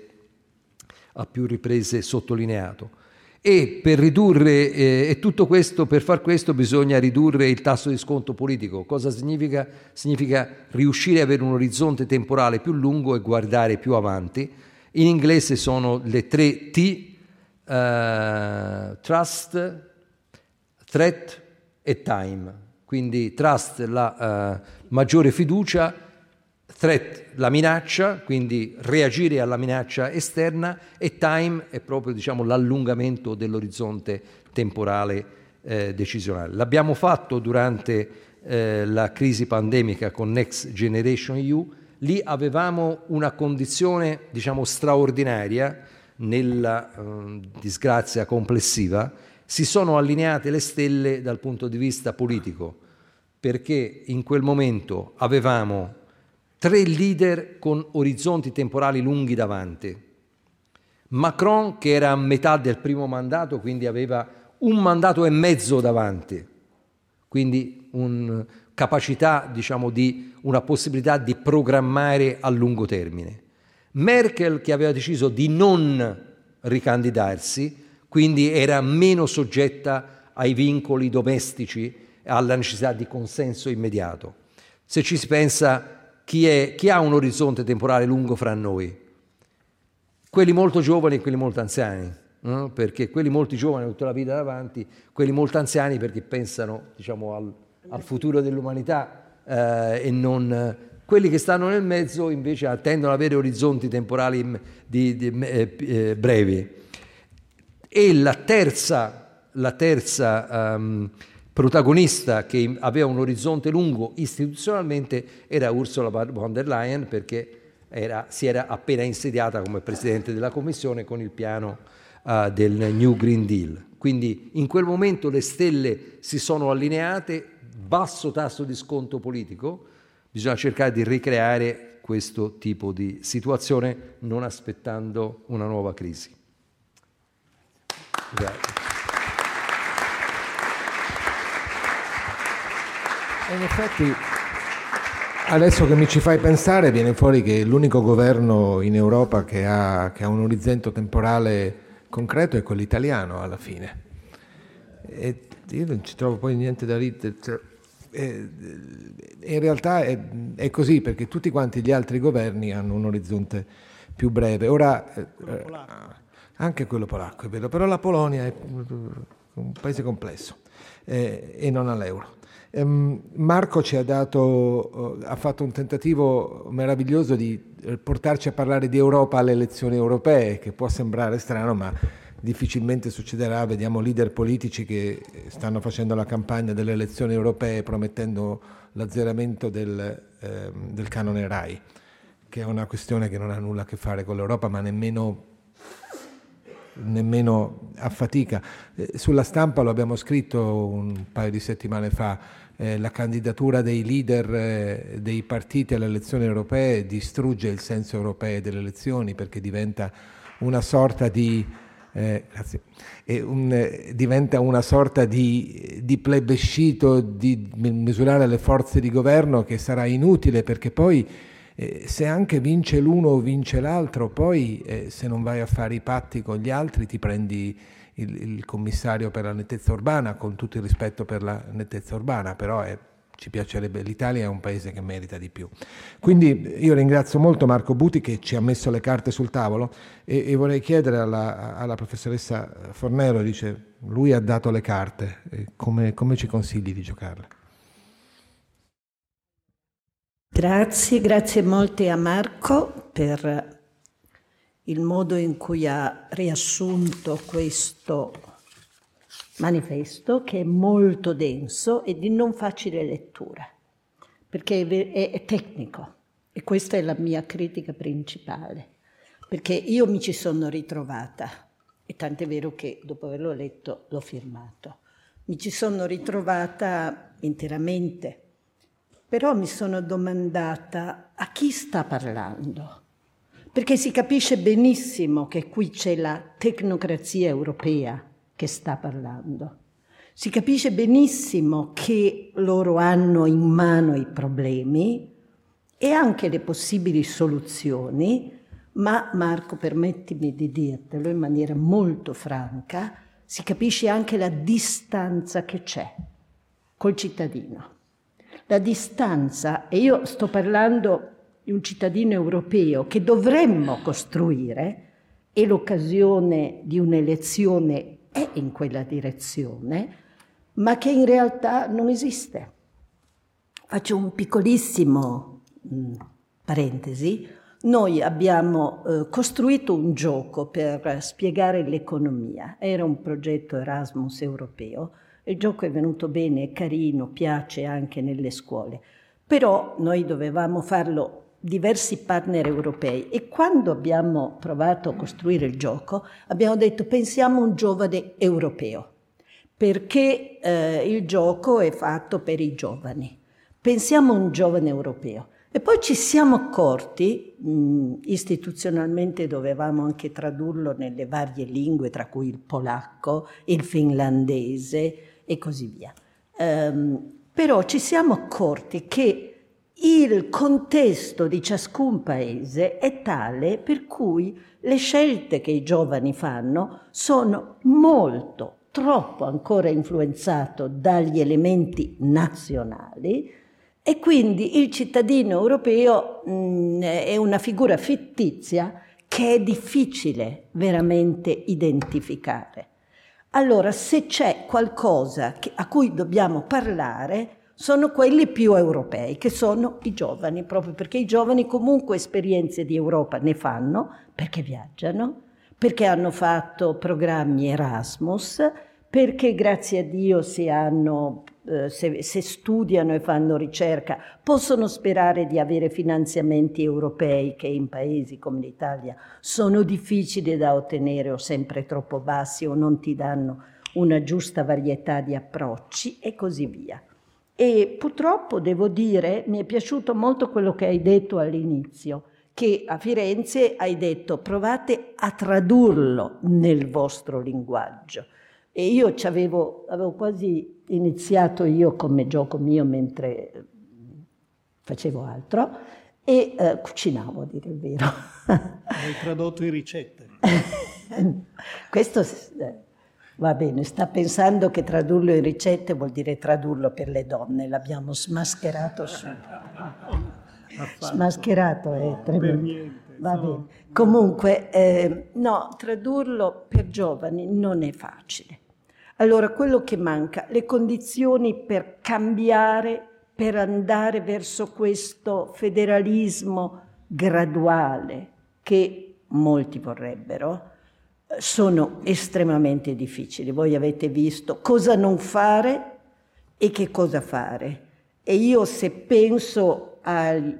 C: sottolineato. E per ridurre tutto questo, per far questo bisogna ridurre il tasso di sconto politico. Cosa significa? Significa riuscire ad avere un orizzonte temporale più lungo e guardare più avanti. In inglese sono le 3 T: trust, threat e time. Quindi trust, la maggiore fiducia; threat, la minaccia, quindi reagire alla minaccia esterna; e time è proprio, diciamo, l'allungamento dell'orizzonte temporale decisionale. L'abbiamo fatto durante la crisi pandemica con Next Generation EU. Lì avevamo una condizione, diciamo, straordinaria nella disgrazia complessiva. Si sono allineate le stelle dal punto di vista politico, perché in quel momento avevamo 3 leader con orizzonti temporali lunghi davanti. Macron, che era a metà del primo mandato, quindi aveva 1 mandato e mezzo davanti, quindi capacità, diciamo, di una possibilità di programmare a lungo termine. Merkel, che aveva deciso di non ricandidarsi, quindi era meno soggetta ai vincoli domestici e alla necessità di consenso immediato. Se ci si pensa, chi ha un orizzonte temporale lungo fra noi? Quelli molto giovani e quelli molto anziani, no? Perché quelli molto giovani hanno tutta la vita davanti, quelli molto anziani perché pensano, diciamo, al futuro dell'umanità e non... Quelli che stanno nel mezzo invece tendono ad avere orizzonti temporali brevi. E la terza protagonista che aveva un orizzonte lungo istituzionalmente era Ursula von der Leyen, perché si era appena insediata come Presidente della Commissione con il piano del New Green Deal. Quindi in quel momento le stelle si sono allineate, basso tasso di sconto politico, bisogna cercare di ricreare questo tipo di situazione non aspettando una nuova crisi. Grazie.
B: In effetti, adesso che mi ci fai pensare, viene fuori che l'unico governo in Europa che ha un orizzonte temporale concreto è quello italiano, alla fine. E io non ci trovo poi niente da ridere. Cioè, in realtà è così, perché tutti quanti gli altri governi hanno un orizzonte più breve. Ora, anche quello polacco è vero, però la Polonia un paese complesso, e non all'euro. Marco ha fatto un tentativo meraviglioso di portarci a parlare di Europa alle elezioni europee, che può sembrare strano, ma difficilmente succederà. Vediamo leader politici che stanno facendo la campagna delle elezioni europee promettendo l'azzeramento del canone RAI, che è una questione che non ha nulla a che fare con l'Europa, ma nemmeno a fatica. Sulla Stampa lo abbiamo scritto un paio di settimane fa, la candidatura dei leader dei partiti alle elezioni europee distrugge il senso europeo delle elezioni, perché diventa una sorta di diventa una sorta di plebiscito di misurare le forze di governo, che sarà inutile, perché poi se anche vince l'uno o vince l'altro, poi se non vai a fare i patti con gli altri ti prendi il commissario per la nettezza urbana, con tutto il rispetto per la nettezza urbana, però ci piacerebbe, l'Italia è un paese che merita di più. Quindi io ringrazio molto Marco Buti, che ci ha messo le carte sul tavolo, e vorrei chiedere alla professoressa Fornero, dice, lui ha dato le carte, come ci consigli di giocarle?
D: Grazie molte a Marco per il modo in cui ha riassunto questo manifesto, che è molto denso e di non facile lettura, perché è tecnico, e questa è la mia critica principale, perché io mi ci sono ritrovata, e tant'è vero che dopo averlo letto l'ho firmato. Mi ci sono ritrovata interamente, però mi sono domandata a chi sta parlando. Perché si capisce benissimo che qui c'è la tecnocrazia europea che sta parlando. Si capisce benissimo che loro hanno in mano i problemi e anche le possibili soluzioni, ma Marco, permettimi di dirtelo in maniera molto franca, si capisce anche la distanza che c'è col cittadino. La distanza, e io sto parlando di un cittadino europeo che dovremmo costruire, e l'occasione di un'elezione è in quella direzione, ma che in realtà non esiste. Faccio un piccolissimo parentesi. Noi abbiamo costruito un gioco per spiegare l'economia. Era un progetto Erasmus europeo. Il gioco è venuto bene, è carino, piace anche nelle scuole. Però noi dovevamo farlo diversi partner europei, e quando abbiamo provato a costruire il gioco abbiamo detto: pensiamo a un giovane europeo, perché il gioco è fatto per i giovani. Pensiamo a un giovane europeo. E poi ci siamo accorti, istituzionalmente dovevamo anche tradurlo nelle varie lingue, tra cui il polacco, il finlandese e così via. Però ci siamo accorti che il contesto di ciascun paese è tale per cui le scelte che i giovani fanno sono troppo ancora influenzato dagli elementi nazionali, e quindi il cittadino europeo è una figura fittizia che è difficile veramente identificare. Allora, se c'è qualcosa a cui dobbiamo parlare, sono quelli più europei, che sono i giovani, proprio perché i giovani comunque esperienze di Europa ne fanno, perché viaggiano, perché hanno fatto programmi Erasmus, perché grazie a Dio se studiano e fanno ricerca possono sperare di avere finanziamenti europei, che in paesi come l'Italia sono difficili da ottenere o sempre troppo bassi o non ti danno una giusta varietà di approcci e così via. E purtroppo devo dire, mi è piaciuto molto quello che hai detto all'inizio, che a Firenze hai detto: provate a tradurlo nel vostro linguaggio. E io avevo quasi iniziato io come gioco mio mentre facevo altro, e cucinavo, a dire il vero.
A: Hai tradotto in ricette.
D: Questo va bene, sta pensando che tradurlo in ricette vuol dire tradurlo per le donne, l'abbiamo smascherato smascherato è tremendo. Per niente. Va bene. Comunque, no, tradurlo per giovani non è facile. Allora, quello che manca, le condizioni per cambiare, per andare verso questo federalismo graduale che molti vorrebbero, sono estremamente difficili. Voi avete visto cosa non fare e che cosa fare. E io, se penso ai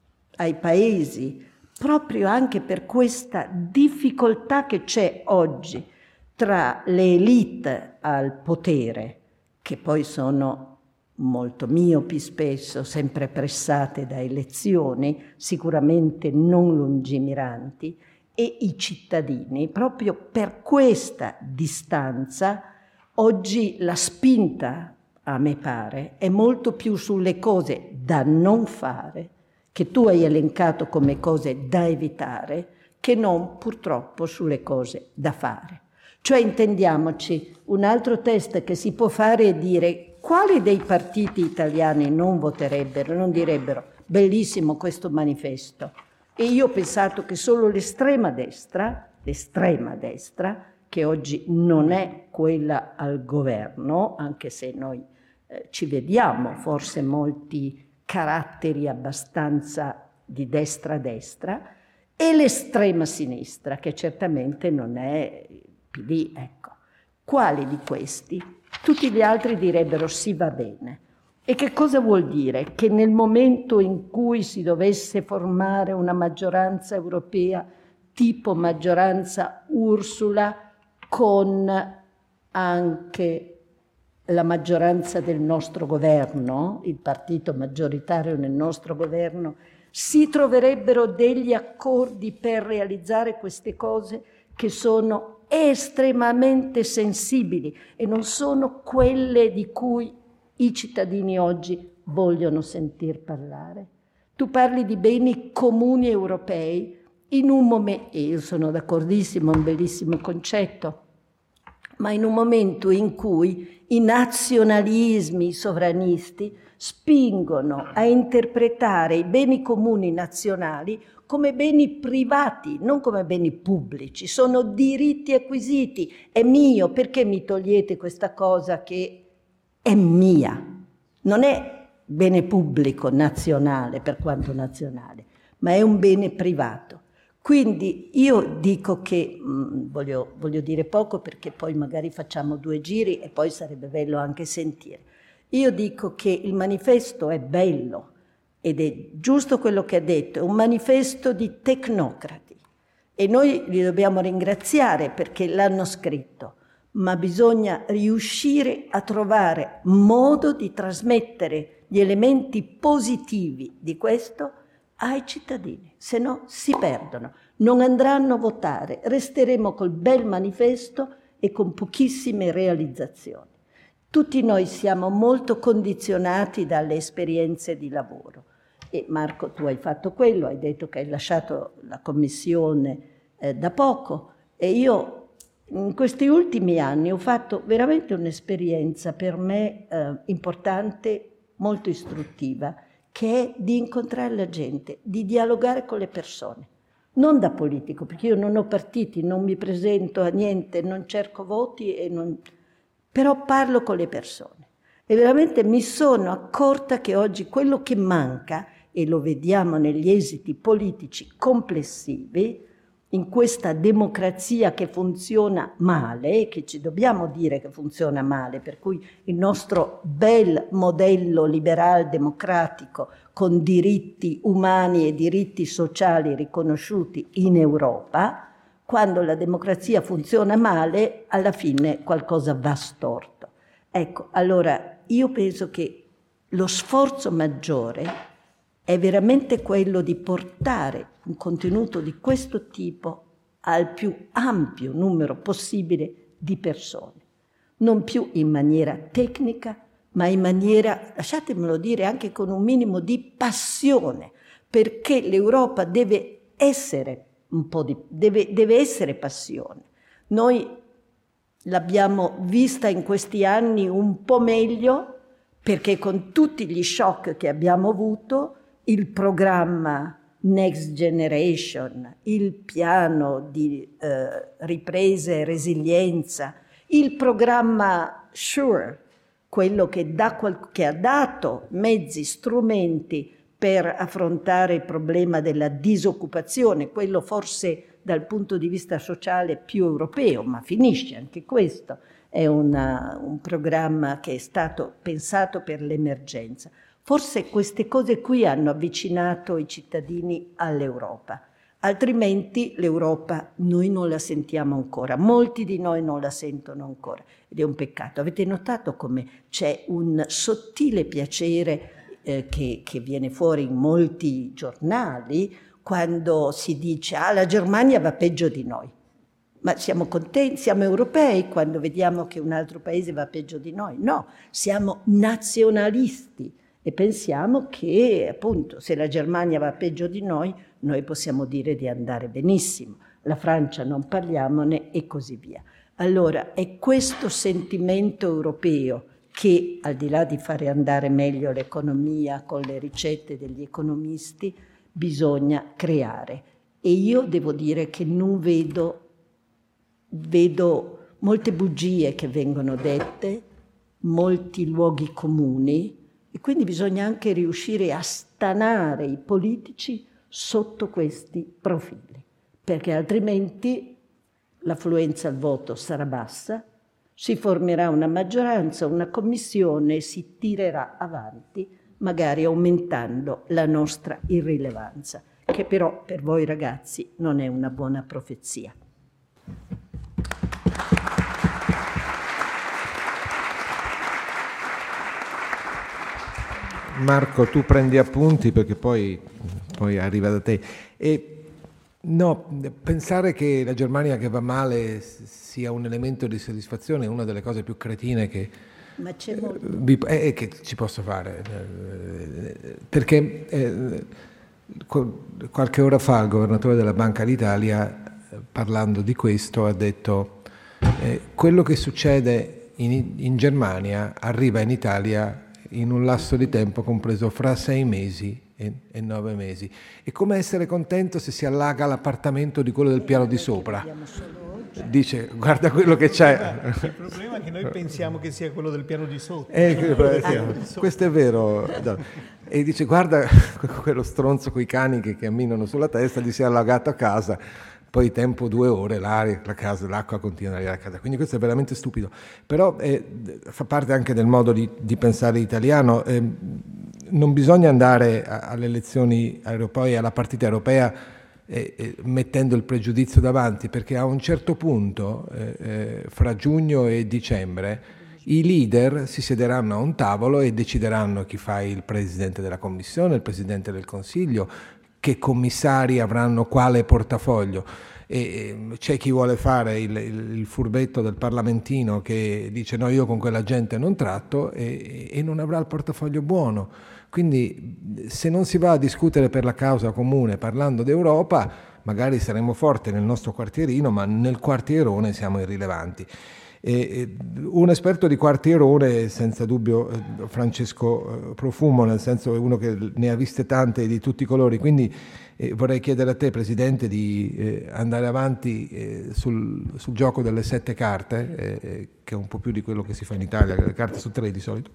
D: paesi, proprio anche per questa difficoltà che c'è oggi tra le elite al potere, che poi sono molto miopi spesso, sempre pressate da elezioni, sicuramente non lungimiranti, e i cittadini, proprio per questa distanza, oggi la spinta, a me pare, è molto più sulle cose da non fare, che tu hai elencato come cose da evitare, che non purtroppo sulle cose da fare. Cioè, intendiamoci, un altro test che si può fare è dire quali dei partiti italiani non voterebbero, non direbbero bellissimo questo manifesto. E io ho pensato che solo l'estrema destra, che oggi non è quella al governo, anche se noi ci vediamo forse molti caratteri abbastanza di destra-destra, e l'estrema sinistra, che certamente non è PD, ecco. Quali di questi? Tutti gli altri direbbero sì, va bene. E che cosa vuol dire? Che nel momento in cui si dovesse formare una maggioranza europea tipo maggioranza Ursula, con anche la maggioranza del nostro governo, il partito maggioritario nel nostro governo, si troverebbero degli accordi per realizzare queste cose che sono estremamente sensibili e non sono quelle di cui i cittadini oggi vogliono sentir parlare. Tu parli di beni comuni europei in un momento, e io sono d'accordissimo, è un bellissimo concetto, ma in un momento in cui i nazionalismi sovranisti spingono a interpretare i beni comuni nazionali come beni privati, non come beni pubblici. Sono diritti acquisiti, è mio, perché mi togliete questa cosa che è mia? Non è bene pubblico nazionale, per quanto nazionale, ma è un bene privato. Quindi io dico che, voglio dire poco perché poi magari facciamo 2 giri e poi sarebbe bello anche sentire. Io dico che il manifesto è bello ed è giusto quello che ha detto, è un manifesto di tecnocrati e noi li dobbiamo ringraziare perché l'hanno scritto, ma bisogna riuscire a trovare modo di trasmettere gli elementi positivi di questo ai cittadini, se no si perdono, non andranno a votare, resteremo col bel manifesto e con pochissime realizzazioni. Tutti noi siamo molto condizionati dalle esperienze di lavoro e Marco, tu hai fatto quello, hai detto che hai lasciato la commissione da poco e io in questi ultimi anni ho fatto veramente un'esperienza per me importante, molto istruttiva, che è di incontrare la gente, di dialogare con le persone. Non da politico, perché io non ho partiti, non mi presento a niente, non cerco voti, però parlo con le persone. E veramente mi sono accorta che oggi quello che manca, e lo vediamo negli esiti politici complessivi, in questa democrazia che funziona male, che ci dobbiamo dire che funziona male, per cui il nostro bel modello liberal democratico con diritti umani e diritti sociali riconosciuti in Europa, quando la democrazia funziona male, alla fine qualcosa va storto. Ecco, allora io penso che lo sforzo maggiore è veramente quello di portare un contenuto di questo tipo al più ampio numero possibile di persone, non più in maniera tecnica, ma in maniera, lasciatemelo dire, anche con un minimo di passione, perché l'Europa deve essere deve essere passione. Noi l'abbiamo vista in questi anni un po' meglio, perché con tutti gli shock che abbiamo avuto, il programma Next Generation, il piano di ripresa e resilienza, Il programma SURE, quello che ha dato mezzi, strumenti per affrontare il problema della disoccupazione, quello forse dal punto di vista sociale più europeo, ma finisce anche questo, è un programma che è stato pensato per l'emergenza. Forse queste cose qui hanno avvicinato i cittadini all'Europa, altrimenti l'Europa noi non la sentiamo ancora, molti di noi non la sentono ancora ed è un peccato. Avete notato come c'è un sottile piacere che viene fuori in molti giornali quando si dice la Germania va peggio di noi. Ma siamo contenti, siamo europei quando vediamo che un altro paese va peggio di noi? No, siamo nazionalisti e pensiamo che appunto se la Germania va peggio di noi possiamo dire di andare benissimo, la Francia non parliamone e così via. Allora è questo sentimento europeo che, al di là di fare andare meglio l'economia con le ricette degli economisti, bisogna creare. E io devo dire che non vedo molte bugie che vengono dette, molti luoghi comuni, e quindi bisogna anche riuscire a stanare i politici sotto questi profili, perché altrimenti l'affluenza al voto sarà bassa, si formerà una maggioranza, una commissione e si tirerà avanti, magari aumentando la nostra irrilevanza, che però per voi ragazzi non è una buona profezia.
B: Marco, tu prendi appunti perché poi arriva da te. Pensare che la Germania che va male sia un elemento di soddisfazione è una delle cose più cretine che ci posso fare. Perché qualche ora fa il governatore della Banca d'Italia, parlando di questo, ha detto quello che succede in Germania arriva in Italia in un lasso di tempo compreso fra 6 mesi e 9 mesi. È come essere contento se si allaga l'appartamento di quello del piano di sopra. Dice, guarda quello che c'è.
A: Il problema è che noi pensiamo che sia quello del piano di sotto.
B: Questo è vero. E dice, guarda quello stronzo coi cani che camminano sulla testa, gli si è allagato a casa. Poi tempo 2 ore, l'acqua continua ad arrivare a casa. Quindi questo è veramente stupido. Però fa parte anche del modo di pensare italiano. Non bisogna andare alle elezioni europee, alla partita europea, mettendo il pregiudizio davanti, perché a un certo punto, fra giugno e dicembre, i leader si siederanno a un tavolo e decideranno chi fa il presidente della Commissione, il presidente del Consiglio, che commissari avranno quale portafoglio. E c'è chi vuole fare il furbetto del parlamentino che dice no, io con quella gente non tratto e non avrà il portafoglio buono. Quindi se non si va a discutere per la causa comune parlando d'Europa, magari saremo forti nel nostro quartierino, ma nel quartierone siamo irrilevanti. Un esperto di quartierone, senza dubbio, Francesco Profumo, nel senso è uno che ne ha viste tante di tutti i colori, quindi vorrei chiedere a te, Presidente, di andare avanti sul gioco delle 7 carte, che è un po' più di quello che si fa in Italia, le carte su 3 di solito.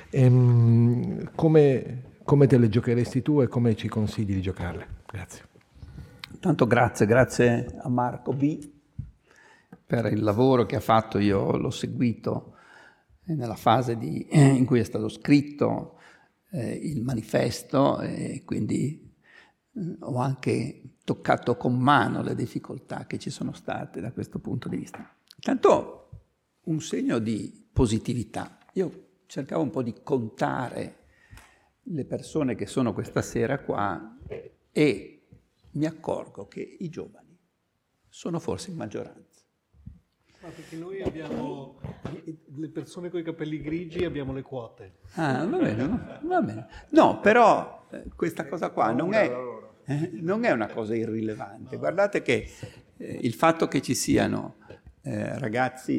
B: Come te le giocheresti tu e come ci consigli di giocarle? Grazie.
E: Tanto grazie a Marco B per il lavoro che ha fatto. Io l'ho seguito nella fase in cui è stato scritto il manifesto e quindi ho anche toccato con mano le difficoltà che ci sono state da questo punto di vista. Intanto un segno di positività. Io cercavo un po' di contare le persone che sono questa sera qua e mi accorgo che i giovani sono forse in maggioranza.
A: Perché noi abbiamo le persone con i capelli grigi, abbiamo le quote.
E: Va bene. No, però questa cosa qua non è una cosa irrilevante. Guardate che il fatto che ci siano ragazzi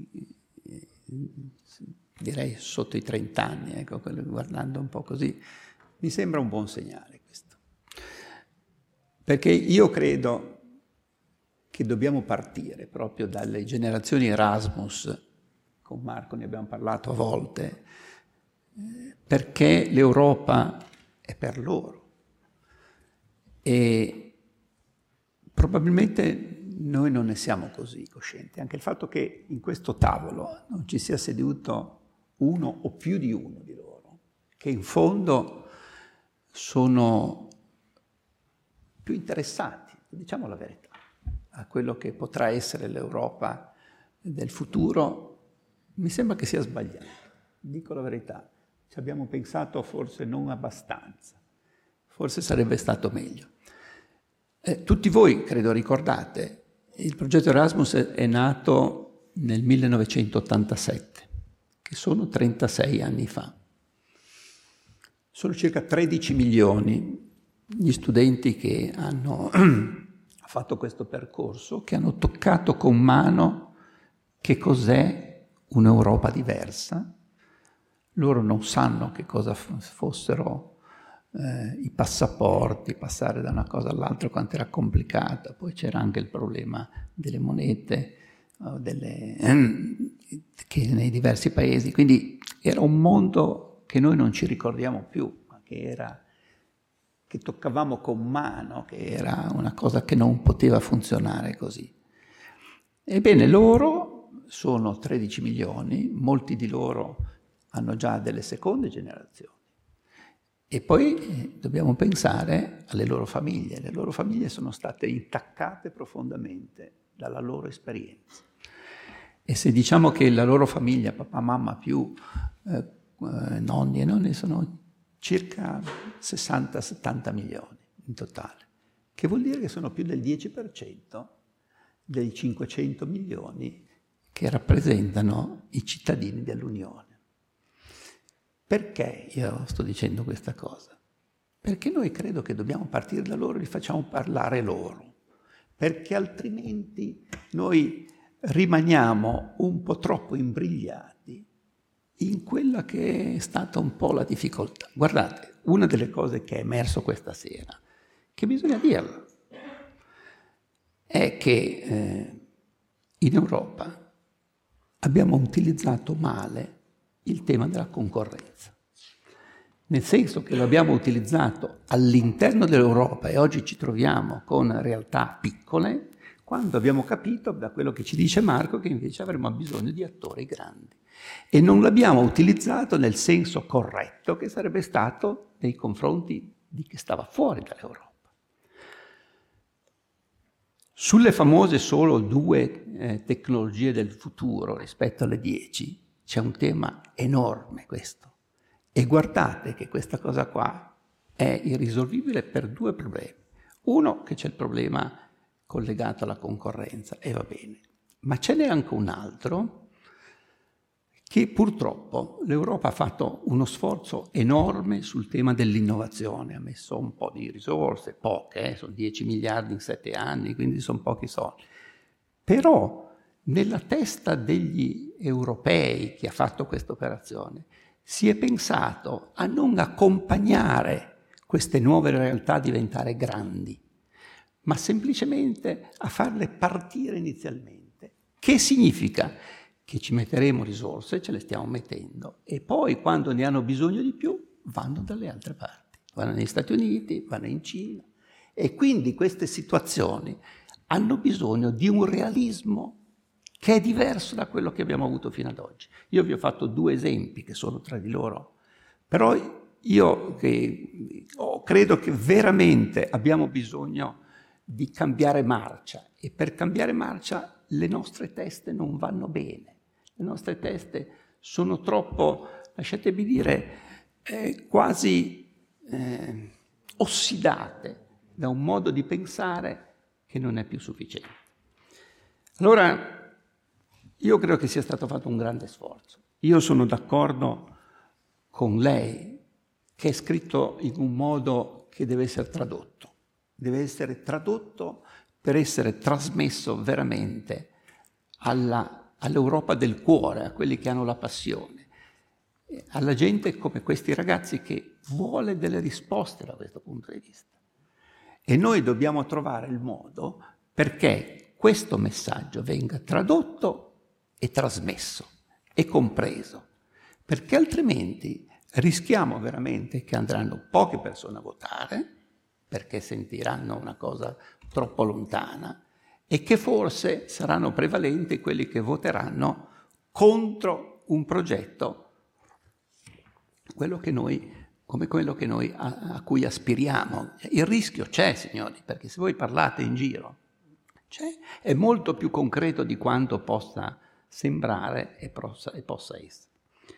E: direi sotto i 30 anni, ecco, guardando un po' così, mi sembra un buon segnale questo. Perché io credo che dobbiamo partire proprio dalle generazioni Erasmus, con Marco ne abbiamo parlato a volte, perché l'Europa è per loro. E probabilmente noi non ne siamo così coscienti. Anche il fatto che in questo tavolo non ci sia seduto uno o più di uno di loro, che in fondo sono più interessati, diciamo la verità, a quello che potrà essere l'Europa del futuro, mi sembra che sia sbagliato. Dico la verità, ci abbiamo pensato forse non abbastanza, forse sarebbe stato meglio. Tutti voi, credo, ricordate, il progetto Erasmus è nato nel 1987, che sono 36 anni fa. Sono circa 13 milioni gli studenti che hanno fatto questo percorso, che hanno toccato con mano che cos'è un'Europa diversa. Loro non sanno che cosa fossero i passaporti, passare da una cosa all'altra, quanto era complicata. Poi c'era anche il problema delle monete che nei diversi paesi. Quindi era un mondo che noi non ci ricordiamo più, ma che toccavamo con mano, che era una cosa che non poteva funzionare così. Ebbene, loro sono 13 milioni, molti di loro hanno già delle seconde generazioni. E poi dobbiamo pensare alle loro famiglie. Le loro famiglie sono state intaccate profondamente dalla loro esperienza. E se diciamo che la loro famiglia, papà, mamma più nonni e nonne, sono circa 60-70 milioni in totale, che vuol dire che sono più del 10% dei 500 milioni che rappresentano i cittadini dell'Unione. Perché io sto dicendo questa cosa? Perché noi credo che dobbiamo partire da loro e li facciamo parlare loro, perché altrimenti noi rimaniamo un po' troppo imbrigliati in quella che è stata un po' la difficoltà. Guardate, una delle cose che è emerso questa sera, che bisogna dirlo, è che in Europa abbiamo utilizzato male il tema della concorrenza, nel senso che lo abbiamo utilizzato all'interno dell'Europa e oggi ci troviamo con realtà piccole, quando abbiamo capito, da quello che ci dice Marco, che invece avremmo bisogno di attori grandi. E non l'abbiamo utilizzato nel senso corretto che sarebbe stato nei confronti di chi stava fuori dall'Europa. Sulle famose solo 2 tecnologie del futuro rispetto alle 10, c'è un tema enorme questo. E guardate che questa cosa qua è irrisolvibile per 2 problemi. Uno, che c'è il problema collegato alla concorrenza, e va bene. Ma ce n'è anche un altro, che purtroppo l'Europa ha fatto uno sforzo enorme sul tema dell'innovazione, ha messo un po' di risorse, poche, sono 10 miliardi in 7 anni, quindi sono pochi soldi. Però nella testa degli europei che ha fatto questa operazione si è pensato a non accompagnare queste nuove realtà a diventare grandi, ma semplicemente a farle partire inizialmente. Che significa? Che ci metteremo risorse, ce le stiamo mettendo, e poi quando ne hanno bisogno di più vanno dalle altre parti, vanno negli Stati Uniti, vanno in Cina, e quindi queste situazioni hanno bisogno di un realismo che è diverso da quello che abbiamo avuto fino ad oggi. Io vi ho fatto 2 esempi che sono tra di loro, però io credo che veramente abbiamo bisogno di cambiare marcia, e per cambiare marcia le nostre teste non vanno bene. Le nostre teste sono troppo, lasciatemi dire, quasi ossidate da un modo di pensare che non è più sufficiente. Allora, io credo che sia stato fatto un grande sforzo. Io sono d'accordo con lei che è scritto in un modo che deve essere tradotto. Deve essere tradotto per essere trasmesso veramente all'Europa del cuore, a quelli che hanno la passione, alla gente come questi ragazzi che vuole delle risposte da questo punto di vista. E noi dobbiamo trovare il modo perché questo messaggio venga tradotto e trasmesso e compreso, perché altrimenti rischiamo veramente che andranno poche persone a votare, perché sentiranno una cosa troppo lontana, e che forse saranno prevalenti quelli che voteranno contro un progetto come quello che noi a cui aspiriamo. Il rischio c'è, signori, perché se voi parlate in giro, è molto più concreto di quanto possa sembrare e possa essere.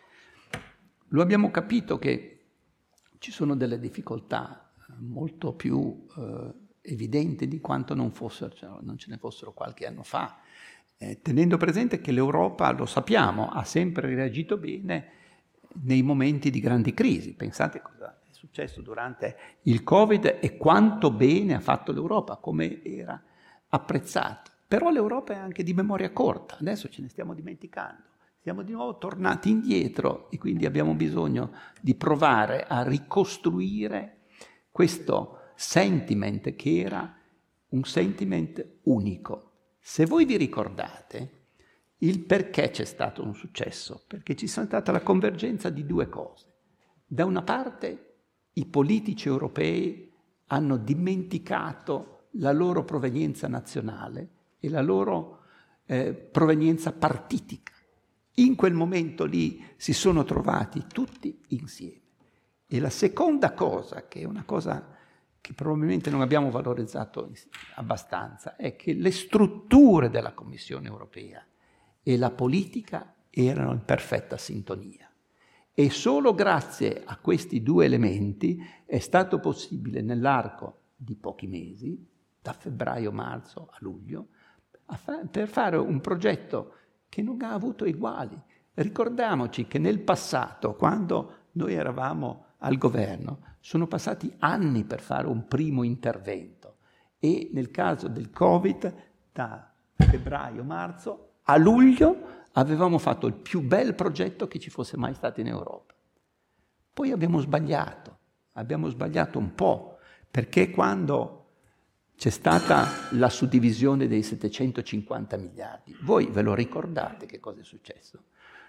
E: Lo abbiamo capito che ci sono delle difficoltà molto più evidenti di quanto non ce ne fossero qualche anno fa, tenendo presente che l'Europa, lo sappiamo, ha sempre reagito bene nei momenti di grandi crisi. Pensate cosa è successo durante il Covid e quanto bene ha fatto l'Europa, come era apprezzata. Però l'Europa è anche di memoria corta, adesso ce ne stiamo dimenticando. Siamo di nuovo tornati indietro e quindi abbiamo bisogno di provare a ricostruire questo sentiment che era un sentiment unico. Se voi vi ricordate il perché c'è stato un successo, perché ci sono stata la convergenza di due cose. Da una parte i politici europei hanno dimenticato la loro provenienza nazionale e la loro provenienza partitica. In quel momento lì si sono trovati tutti insieme. E la seconda cosa, che è una cosa che probabilmente non abbiamo valorizzato abbastanza, è che le strutture della Commissione europea e la politica erano in perfetta sintonia. E solo grazie a questi due elementi è stato possibile nell'arco di pochi mesi, da febbraio-marzo a luglio, per fare un progetto che non ha avuto eguali. Ricordiamoci che nel passato, quando noi eravamo al governo, sono passati anni per fare un primo intervento e nel caso del Covid, da febbraio-marzo a luglio avevamo fatto il più bel progetto che ci fosse mai stato in Europa. Poi abbiamo sbagliato un po', perché quando c'è stata la suddivisione dei 750 miliardi, voi ve lo ricordate che cosa è successo?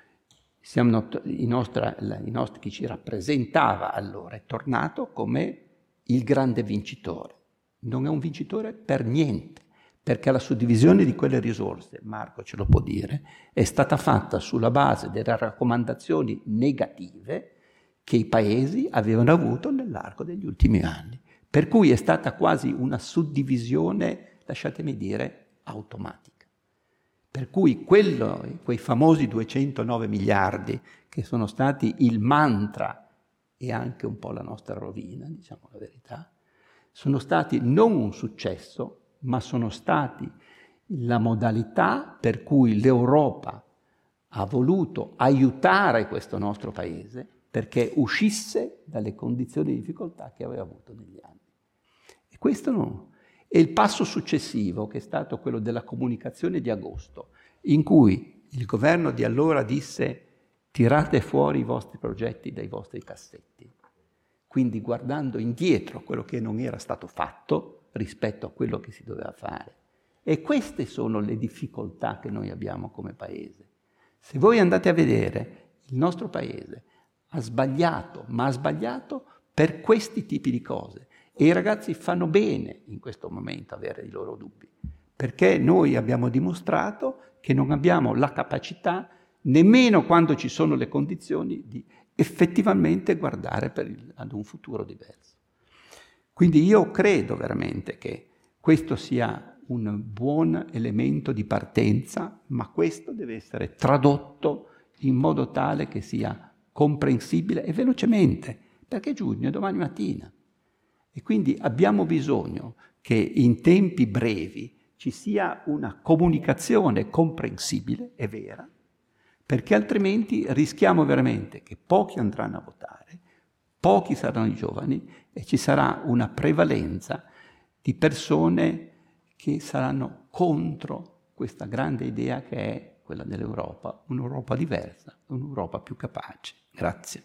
E: Chi ci rappresentava allora è tornato come il grande vincitore. Non è un vincitore per niente, perché la suddivisione di quelle risorse, Marco ce lo può dire, è stata fatta sulla base delle raccomandazioni negative che i paesi avevano avuto nell'arco degli ultimi anni. Per cui è stata quasi una suddivisione, lasciatemi dire, automatica. Per cui quei famosi 209 miliardi che sono stati il mantra e anche un po' la nostra rovina, diciamo la verità, sono stati non un successo, ma sono stati la modalità per cui l'Europa ha voluto aiutare questo nostro paese perché uscisse dalle condizioni di difficoltà che aveva avuto negli anni. E questo no. E il passo successivo, che è stato quello della comunicazione di agosto, in cui il governo di allora disse: tirate fuori i vostri progetti dai vostri cassetti. Quindi guardando indietro quello che non era stato fatto rispetto a quello che si doveva fare. E queste sono le difficoltà che noi abbiamo come paese. Se voi andate a vedere, il nostro paese ha sbagliato, ma ha sbagliato per questi tipi di cose. E i ragazzi fanno bene in questo momento avere i loro dubbi, perché noi abbiamo dimostrato che non abbiamo la capacità, nemmeno quando ci sono le condizioni, di effettivamente guardare ad un futuro diverso. Quindi io credo veramente che questo sia un buon elemento di partenza, ma questo deve essere tradotto in modo tale che sia comprensibile e velocemente, perché giugno è domani mattina. E quindi abbiamo bisogno che in tempi brevi ci sia una comunicazione comprensibile e vera, perché altrimenti rischiamo veramente che pochi andranno a votare, pochi saranno i giovani e ci sarà una prevalenza di persone che saranno contro questa grande idea che è quella dell'Europa, un'Europa diversa, un'Europa più capace. Grazie.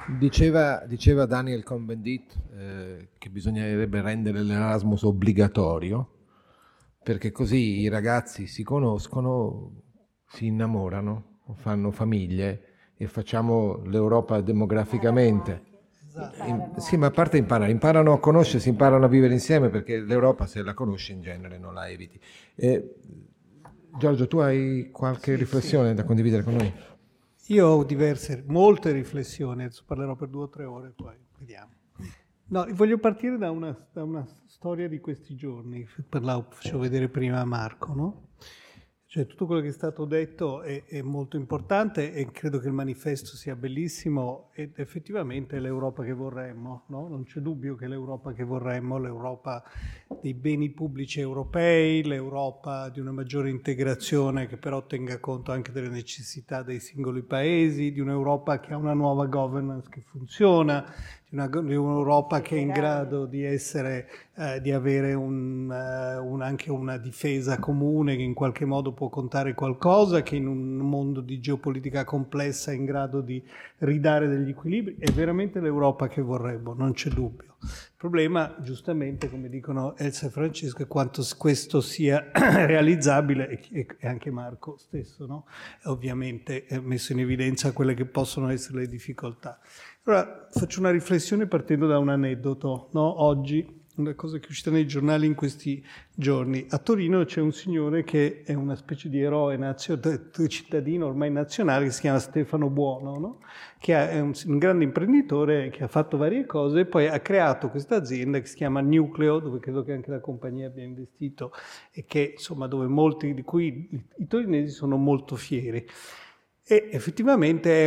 B: Diceva Daniel Cohn-Bendit che bisognerebbe rendere l'Erasmus obbligatorio, perché così i ragazzi si conoscono, si innamorano, fanno famiglie e facciamo l'Europa demograficamente. Sì, ma a parte imparano a conoscersi, imparano a vivere insieme, perché l'Europa, se la conosci, in genere non la eviti. Giorgio, tu hai qualche riflessione da condividere con noi?
A: Io ho molte riflessioni, adesso parlerò per 2 o 3 ore, poi vediamo. No, voglio partire da una storia di questi giorni, facevo vedere prima a Marco, no? Cioè, tutto quello che è stato detto è molto importante e credo che il manifesto sia bellissimo ed effettivamente è l'Europa che vorremmo, no? Non c'è dubbio che è l'Europa che vorremmo, l'Europa dei beni pubblici europei, l'Europa di una maggiore integrazione che però tenga conto anche delle necessità dei singoli paesi, di un'Europa che ha una nuova governance che funziona, di un'Europa che è in grado di essere, di avere anche una difesa comune che in qualche modo può contare qualcosa, che in un mondo di geopolitica complessa è in grado di ridare degli equilibri. È veramente l'Europa che vorremmo, non c'è dubbio. Il problema, giustamente, come dicono Elsa e Francesco, è quanto questo sia realizzabile, e anche Marco stesso, no? Ovviamente ha messo in evidenza quelle che possono essere le difficoltà. Allora, faccio una riflessione partendo da un aneddoto, no? Oggi, una cosa che è uscita nei giornali in questi giorni. A Torino c'è un signore che è una specie di eroe cittadino ormai nazionale, che si chiama Stefano Buono, no? Che è un grande imprenditore che ha fatto varie cose e poi ha creato questa azienda che si chiama Nucleo, dove credo che anche la compagnia abbia investito e che, insomma, dove molti di cui i torinesi sono molto fieri. E effettivamente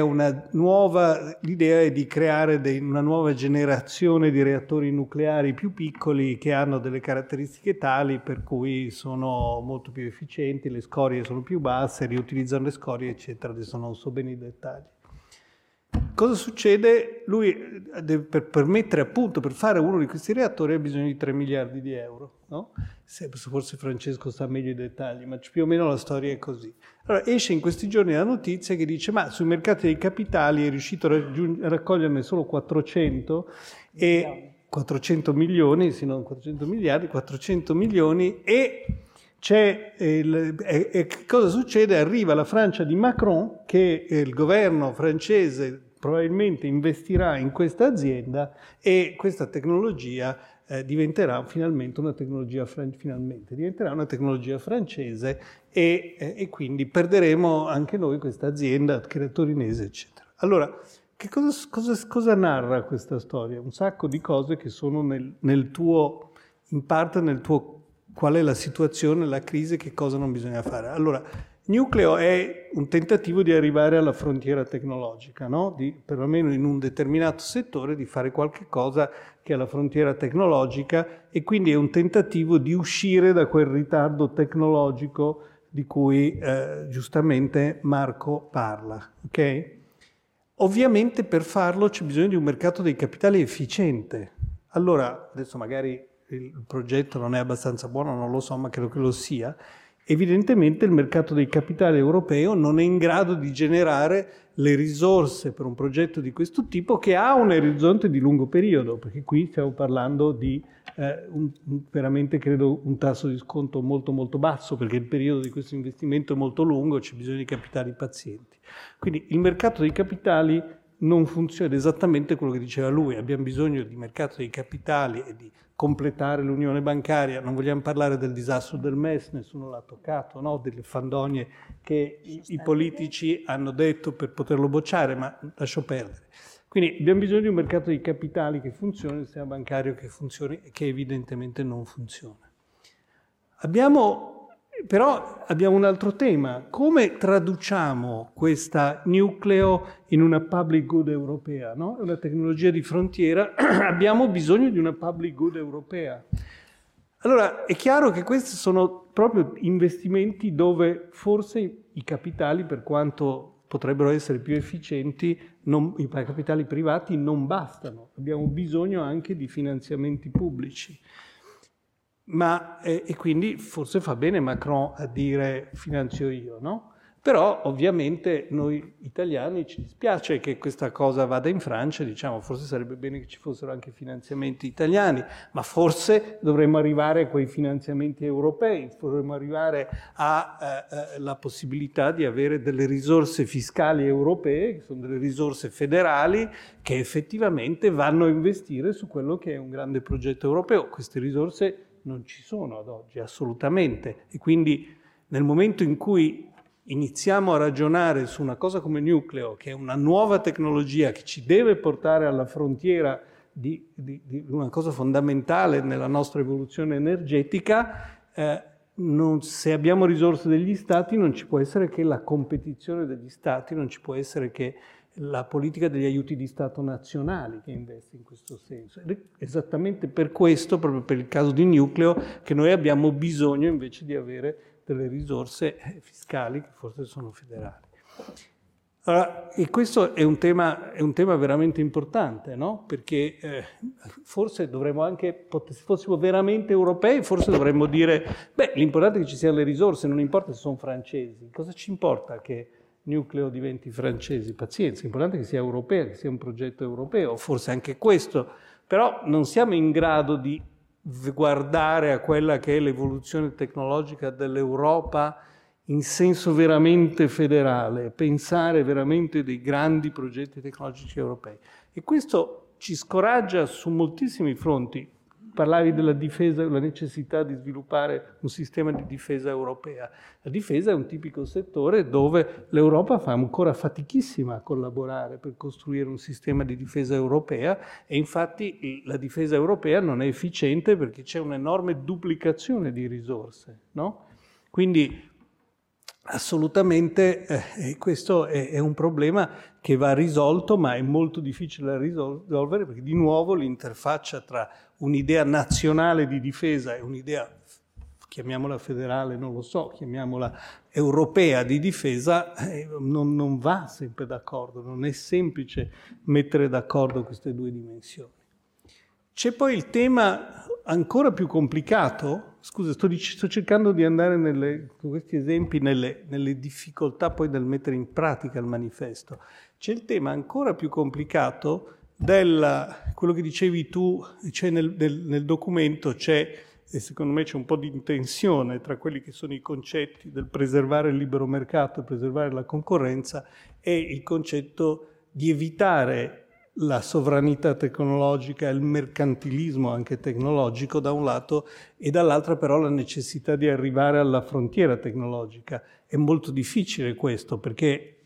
A: l'idea è di creare una nuova generazione di reattori nucleari più piccoli che hanno delle caratteristiche tali per cui sono molto più efficienti, le scorie sono più basse, riutilizzano le scorie, eccetera. Adesso non so bene i dettagli. Cosa succede? Lui, per permettere appunto, per fare uno di questi reattori ha bisogno di 3 miliardi di euro, no? Forse Francesco sa meglio i dettagli, ma più o meno la storia è così. Allora esce in questi giorni la notizia che dice ma sui mercati dei capitali è riuscito a raccoglierne solo 400 milioni, se non 400 miliardi, 400 milioni e cosa succede? Arriva la Francia di Macron, che il governo francese probabilmente investirà in questa azienda e questa tecnologia diventerà finalmente una tecnologia francese e quindi perderemo anche noi questa azienda torinese, eccetera. Allora, cosa narra questa storia? Un sacco di cose che sono in parte nel tuo qual è la situazione, la crisi, che cosa non bisogna fare. Allora, Nucleo è un tentativo di arrivare alla frontiera tecnologica, no? Perlomeno in un determinato settore, di fare qualche cosa che è la frontiera tecnologica e quindi è un tentativo di uscire da quel ritardo tecnologico di cui giustamente Marco parla. Ok? Ovviamente per farlo c'è bisogno di un mercato dei capitali efficiente. Allora, adesso magari il progetto non è abbastanza buono, non lo so, ma credo che lo sia. Evidentemente il mercato dei capitali europeo non è in grado di generare le risorse per un progetto di questo tipo che ha un orizzonte di lungo periodo, perché qui stiamo parlando di veramente credo un tasso di sconto molto molto basso, perché il periodo di questo investimento è molto lungo, c'è bisogno di capitali pazienti. Quindi il mercato dei capitali non funziona, esattamente quello che diceva lui, abbiamo bisogno di mercato dei capitali e di completare l'unione bancaria, non vogliamo parlare del disastro del MES, nessuno l'ha toccato, no? Delle fandonie che i politici hanno detto per poterlo bocciare, ma lascio perdere. Quindi abbiamo bisogno di un mercato dei capitali che funzioni, un sistema bancario che funzioni, che evidentemente non funziona. Però abbiamo un altro tema. Come traduciamo questa Nucleo in una public good europea? No? È una tecnologia di frontiera, abbiamo bisogno di una public good europea. Allora, è chiaro che questi sono proprio investimenti dove forse i capitali, per quanto potrebbero essere più efficienti, i capitali privati non bastano. Abbiamo bisogno anche di finanziamenti pubblici. E quindi forse fa bene Macron a dire finanzio io, no? Però ovviamente noi italiani ci dispiace che questa cosa vada in Francia, diciamo forse sarebbe bene che ci fossero anche finanziamenti italiani, ma forse dovremmo arrivare a quei finanziamenti europei, dovremmo arrivare alla possibilità di avere delle risorse fiscali europee, che sono delle risorse federali, che effettivamente vanno a investire su quello che è un grande progetto europeo. Queste risorse non ci sono ad oggi, assolutamente, e quindi nel momento in cui iniziamo a ragionare su una cosa come nucleo, che è una nuova tecnologia che ci deve portare alla frontiera di una cosa fondamentale nella nostra evoluzione energetica, se abbiamo risorse degli Stati non ci può essere che la competizione degli Stati, non ci può essere che la politica degli aiuti di Stato nazionali che investe in questo senso. Ed è esattamente per questo, proprio per il caso di nucleo, che noi abbiamo bisogno invece di avere delle risorse fiscali che forse sono federali. Allora, e questo è un tema veramente importante, no? Perché forse dovremmo anche, se fossimo veramente europei, forse dovremmo dire, l'importante è che ci siano le risorse, non importa se sono francesi, cosa ci importa che nucleo diventi francesi? Pazienza, l'importante è che sia europea, che sia un progetto europeo, forse anche questo, però non siamo in grado di guardare a quella che è l'evoluzione tecnologica dell'Europa in senso veramente federale, pensare veramente dei grandi progetti tecnologici europei. E questo ci scoraggia su moltissimi fronti. Parlavi della difesa, la necessità di sviluppare un sistema di difesa europea. La difesa è un tipico settore dove l'Europa fa ancora fatichissima a collaborare per costruire un sistema di difesa europea e infatti la difesa europea non è efficiente perché c'è un'enorme duplicazione di risorse, no? Quindi assolutamente questo è un problema che va risolto, ma è molto difficile da risolvere perché di nuovo l'interfaccia tra un'idea nazionale di difesa e un'idea, chiamiamola federale, non lo so, chiamiamola europea di difesa, non va sempre d'accordo, non è semplice mettere d'accordo queste due dimensioni. C'è poi il tema ancora più complicato, scusa, sto cercando di andare con questi esempi nelle difficoltà poi del mettere in pratica il manifesto. C'è il tema ancora più complicato quello che dicevi tu, cioè nel documento c'è, e secondo me c'è un po' di tensione tra quelli che sono i concetti del preservare il libero mercato e preservare la concorrenza e il concetto di evitare la sovranità tecnologica e il mercantilismo anche tecnologico da un lato e dall'altro però la necessità di arrivare alla frontiera tecnologica. È molto difficile questo perché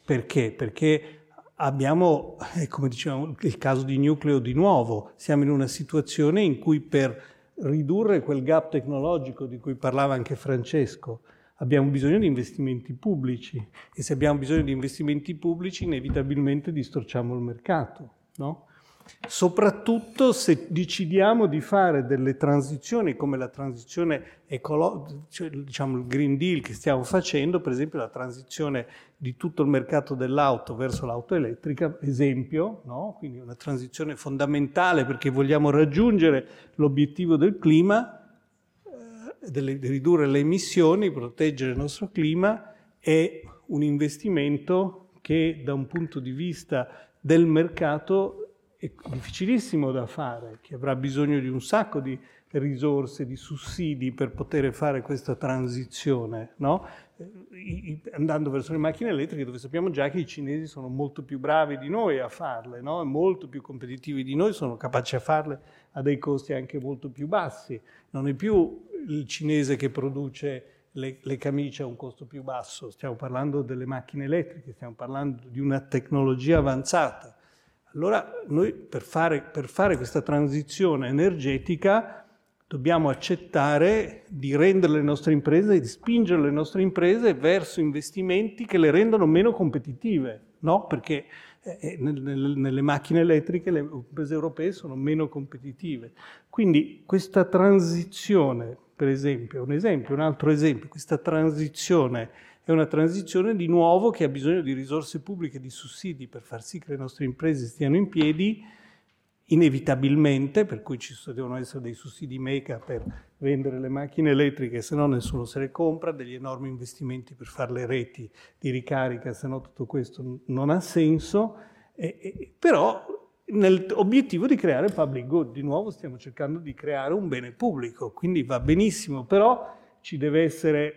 A: abbiamo, come dicevamo, il caso di nucleo di nuovo. Siamo in una situazione in cui per ridurre quel gap tecnologico di cui parlava anche Francesco abbiamo bisogno di investimenti pubblici e se abbiamo bisogno di investimenti pubblici inevitabilmente distorciamo il mercato. No? Soprattutto se decidiamo di fare delle transizioni come la transizione ecologica, cioè, diciamo il Green Deal che stiamo facendo, per esempio la transizione di tutto il mercato dell'auto verso l'auto elettrica, esempio, no? Quindi una transizione fondamentale perché vogliamo raggiungere l'obiettivo del clima, di ridurre le emissioni, proteggere il nostro clima, è un investimento che da un punto di vista del mercato è difficilissimo da fare, che avrà bisogno di un sacco di risorse, di sussidi per poter fare questa transizione, no? Andando verso le macchine elettriche dove sappiamo già che i cinesi sono molto più bravi di noi a farle, no? Molto più competitivi di noi, sono capaci a farle a dei costi anche molto più bassi. Non è più il cinese che produce le camicie a un costo più basso, stiamo parlando delle macchine elettriche, stiamo parlando di una tecnologia avanzata. Allora noi per fare questa transizione energetica dobbiamo accettare di rendere le nostre imprese, di spingere le nostre imprese verso investimenti che le rendono meno competitive, no? Perché nelle macchine elettriche le imprese europee sono meno competitive. Quindi questa transizione, per esempio, un altro esempio, questa transizione è una transizione di nuovo che ha bisogno di risorse pubbliche, di sussidi per far sì che le nostre imprese stiano in piedi, inevitabilmente, per cui devono essere dei sussidi mega per vendere le macchine elettriche, se no nessuno se le compra, degli enormi investimenti per fare le reti di ricarica, se no tutto questo non ha senso, però nell'obiettivo di creare public good. Di nuovo stiamo cercando di creare un bene pubblico, quindi va benissimo, però ci deve essere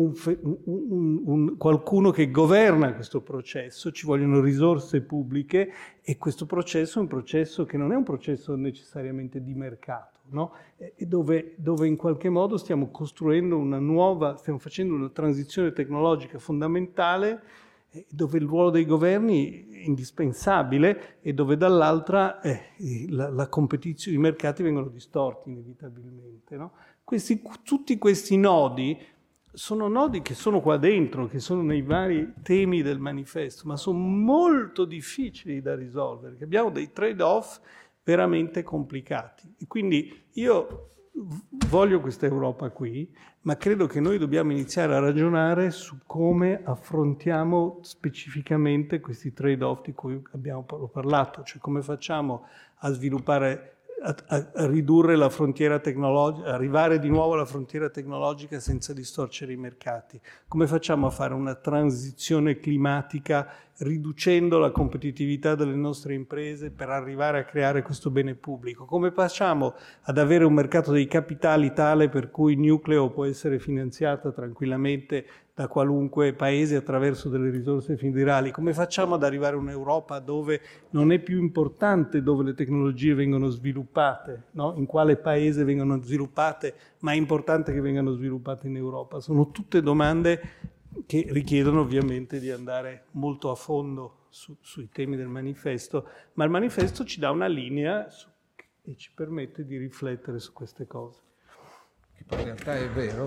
A: qualcuno che governa questo processo, ci vogliono risorse pubbliche e questo processo è un processo che non è un processo necessariamente di mercato, no? Dove in qualche modo stiamo costruendo stiamo facendo una transizione tecnologica fondamentale, dove il ruolo dei governi è indispensabile e dove dall'altra la competizione, i mercati vengono distorti inevitabilmente, no? Tutti questi nodi sono nodi che sono qua dentro, che sono nei vari temi del manifesto, ma sono molto difficili da risolvere, che abbiamo dei trade-off veramente complicati. E quindi io voglio questa Europa qui, ma credo che noi dobbiamo iniziare a ragionare su come affrontiamo specificamente questi trade-off di cui abbiamo parlato, cioè come facciamo a sviluppare, a ridurre la frontiera tecnologica, arrivare di nuovo alla frontiera tecnologica senza distorcere i mercati. Come facciamo a fare una transizione climatica riducendo la competitività delle nostre imprese per arrivare a creare questo bene pubblico? Come facciamo ad avere un mercato dei capitali tale per cui il nucleo può essere finanziato tranquillamente da qualunque paese attraverso delle risorse federali? Come facciamo ad arrivare a un'Europa dove non è più importante dove le tecnologie vengono sviluppate, no? In quale paese vengono sviluppate, ma è importante che vengano sviluppate in Europa? Sono tutte domande che richiedono ovviamente di andare molto a fondo sui temi del manifesto, ma il manifesto ci dà una linea e ci permette di riflettere su queste cose.
B: Che poi in realtà è vero.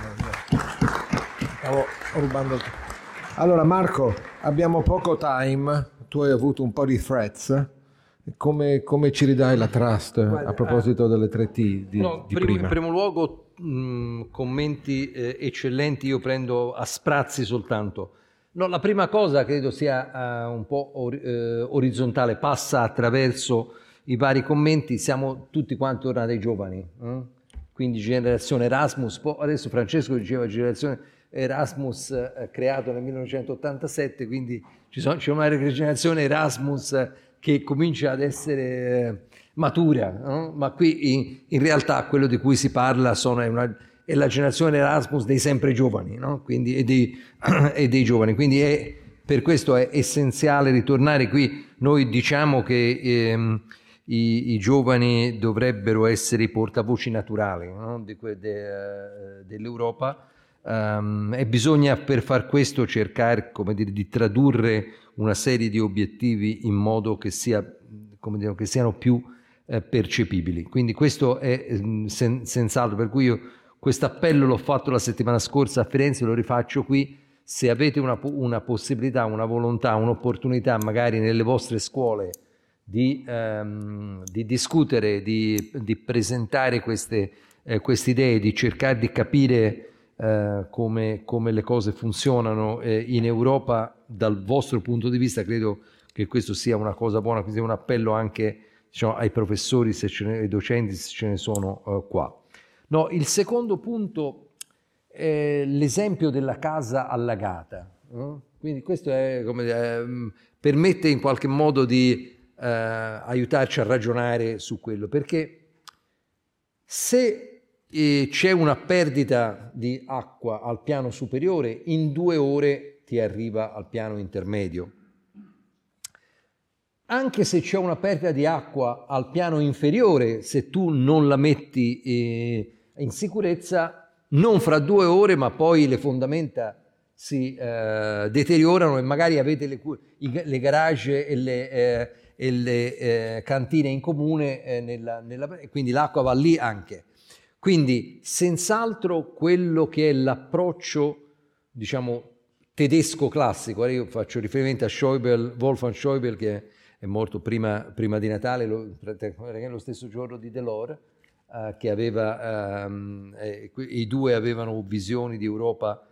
B: Stavo rubando. Allora Marco, abbiamo poco time, tu hai avuto un po' di threats. Come ci ridai la trust a proposito delle 3T di prima?
C: In primo luogo commenti eccellenti, io prendo a sprazzi soltanto. No, la prima cosa credo sia un po' orizzontale, passa attraverso i vari commenti, siamo tutti quanti ora dei giovani, quindi generazione Erasmus, adesso Francesco diceva generazione Erasmus creato nel 1987, quindi c'è una generazione Erasmus che comincia ad essere matura, no? Ma qui in realtà quello di cui si parla è la generazione Erasmus dei sempre giovani, no? Quindi, e dei giovani, quindi per questo è essenziale ritornare qui. Noi diciamo che i giovani dovrebbero essere i portavoci naturali, no? Dell'Europa. E bisogna per far questo cercare, come dire, di tradurre una serie di obiettivi in modo che che siano più percepibili. Quindi questo è senz'altro, per cui io questo appello l'ho fatto la settimana scorsa a Firenze, lo rifaccio qui. Se avete una possibilità, una volontà, un'opportunità magari nelle vostre scuole di discutere, di presentare queste idee, di cercare di capire come le cose funzionano in Europa dal vostro punto di vista, credo che questo sia una cosa buona, quindi è un appello anche, diciamo, ai professori, ai docenti, se ce ne sono qua. No, il secondo punto è l'esempio della casa allagata, no? Quindi questo permette in qualche modo di aiutarci a ragionare su quello, perché se c'è una perdita di acqua al piano superiore, in 2 ore ti arriva al piano intermedio. Anche se c'è una perdita di acqua al piano inferiore, se tu non la metti in sicurezza, non fra 2 ore, ma poi le fondamenta si deteriorano e magari avete le garage e le cantine in comune, quindi l'acqua va lì anche. Quindi senz'altro quello che è l'approccio, diciamo, tedesco classico, io faccio riferimento a Wolfgang Schäuble, che è morto prima di Natale, lo stesso giorno di Delors, che aveva, i due avevano visioni di Europa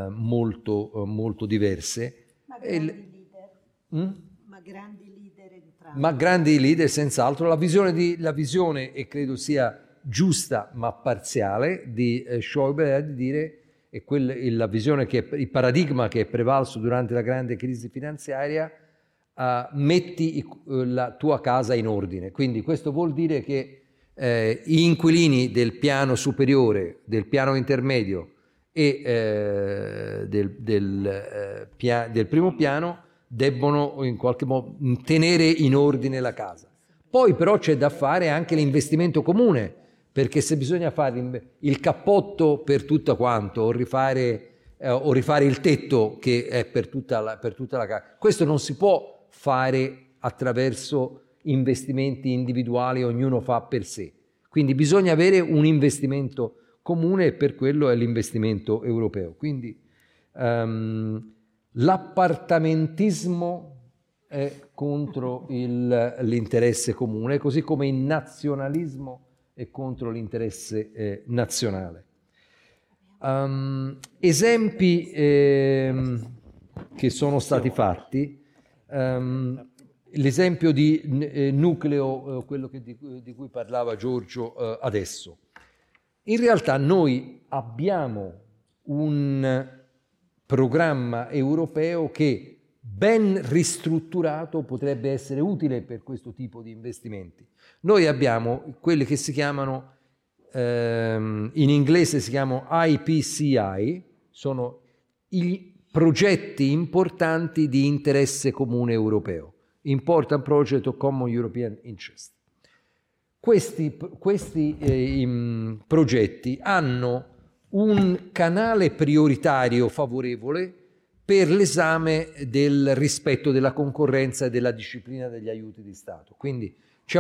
C: molto diverse.
D: Ma grandi leader. Ma grandi leader
C: ma grandi leader senz'altro. La visione, e credo sia giusta ma parziale, di Schäuble è di dire, la visione il paradigma che è prevalso durante la grande crisi finanziaria, metti la tua casa in ordine. Quindi questo vuol dire che gli inquilini del piano superiore, del piano intermedio e del primo piano debbono in qualche modo tenere in ordine la casa. Poi però c'è da fare anche l'investimento comune, perché se bisogna fare il cappotto per tutto quanto o rifare il tetto che è per tutta la casa, questo non si può fare attraverso investimenti individuali, ognuno fa per sé. Quindi bisogna avere un investimento comune e per quello è l'investimento europeo. Quindi l'appartamentismo è contro l'interesse comune, così come il nazionalismo è contro l'interesse nazionale. Esempi che sono stati fatti, l'esempio di nucleo, quello di cui parlava Giorgio adesso. In realtà noi abbiamo un programma europeo che ben ristrutturato potrebbe essere utile per questo tipo di investimenti. Noi abbiamo quelli che si chiamano, in inglese si chiamano IPCI, sono i progetti importanti di interesse comune europeo, Important Project of Common European Interest. Questi progetti hanno un canale prioritario favorevole per l'esame del rispetto della concorrenza e della disciplina degli aiuti di Stato. Quindi c'è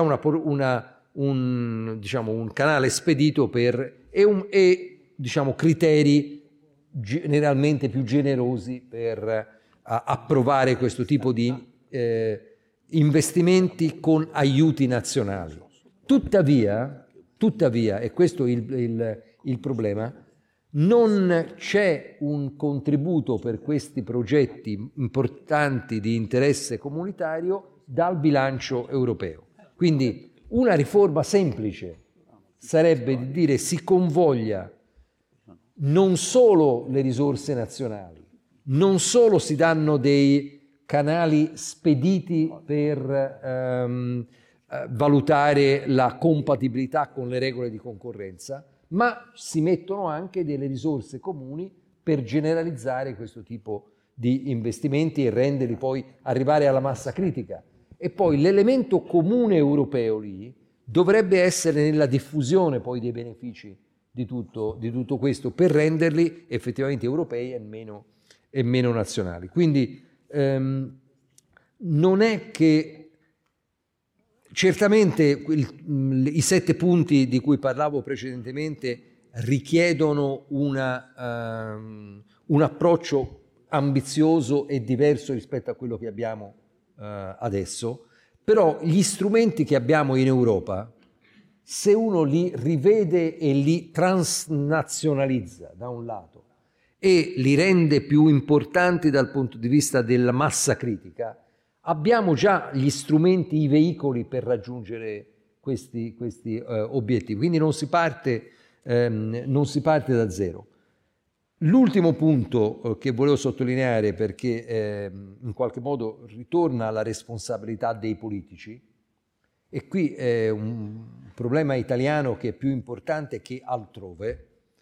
C: un canale spedito e criteri generalmente più generosi per approvare questo tipo di investimenti con aiuti nazionali. Tuttavia, e questo è il problema, non c'è un contributo per questi progetti importanti di interesse comunitario dal bilancio europeo. Quindi una riforma semplice sarebbe di dire si convoglia non solo le risorse nazionali, non solo si danno dei canali spediti per valutare la compatibilità con le regole di concorrenza, ma si mettono anche delle risorse comuni per generalizzare questo tipo di investimenti e renderli poi arrivare alla massa critica. E poi l'elemento comune europeo lì dovrebbe essere nella diffusione poi dei benefici di tutto questo per renderli effettivamente europei e meno nazionali. Quindi non è che certamente i 7 punti di cui parlavo precedentemente richiedono un approccio ambizioso e diverso rispetto a quello che abbiamo adesso, però gli strumenti che abbiamo in Europa, se uno li rivede e li transnazionalizza da un lato e li rende più importanti dal punto di vista della massa critica, abbiamo già gli strumenti, i veicoli per raggiungere questi obiettivi, quindi non si parte da zero. L'ultimo punto che volevo sottolineare, perché in qualche modo ritorna alla responsabilità dei politici, e qui è un problema italiano che è più importante che altrove,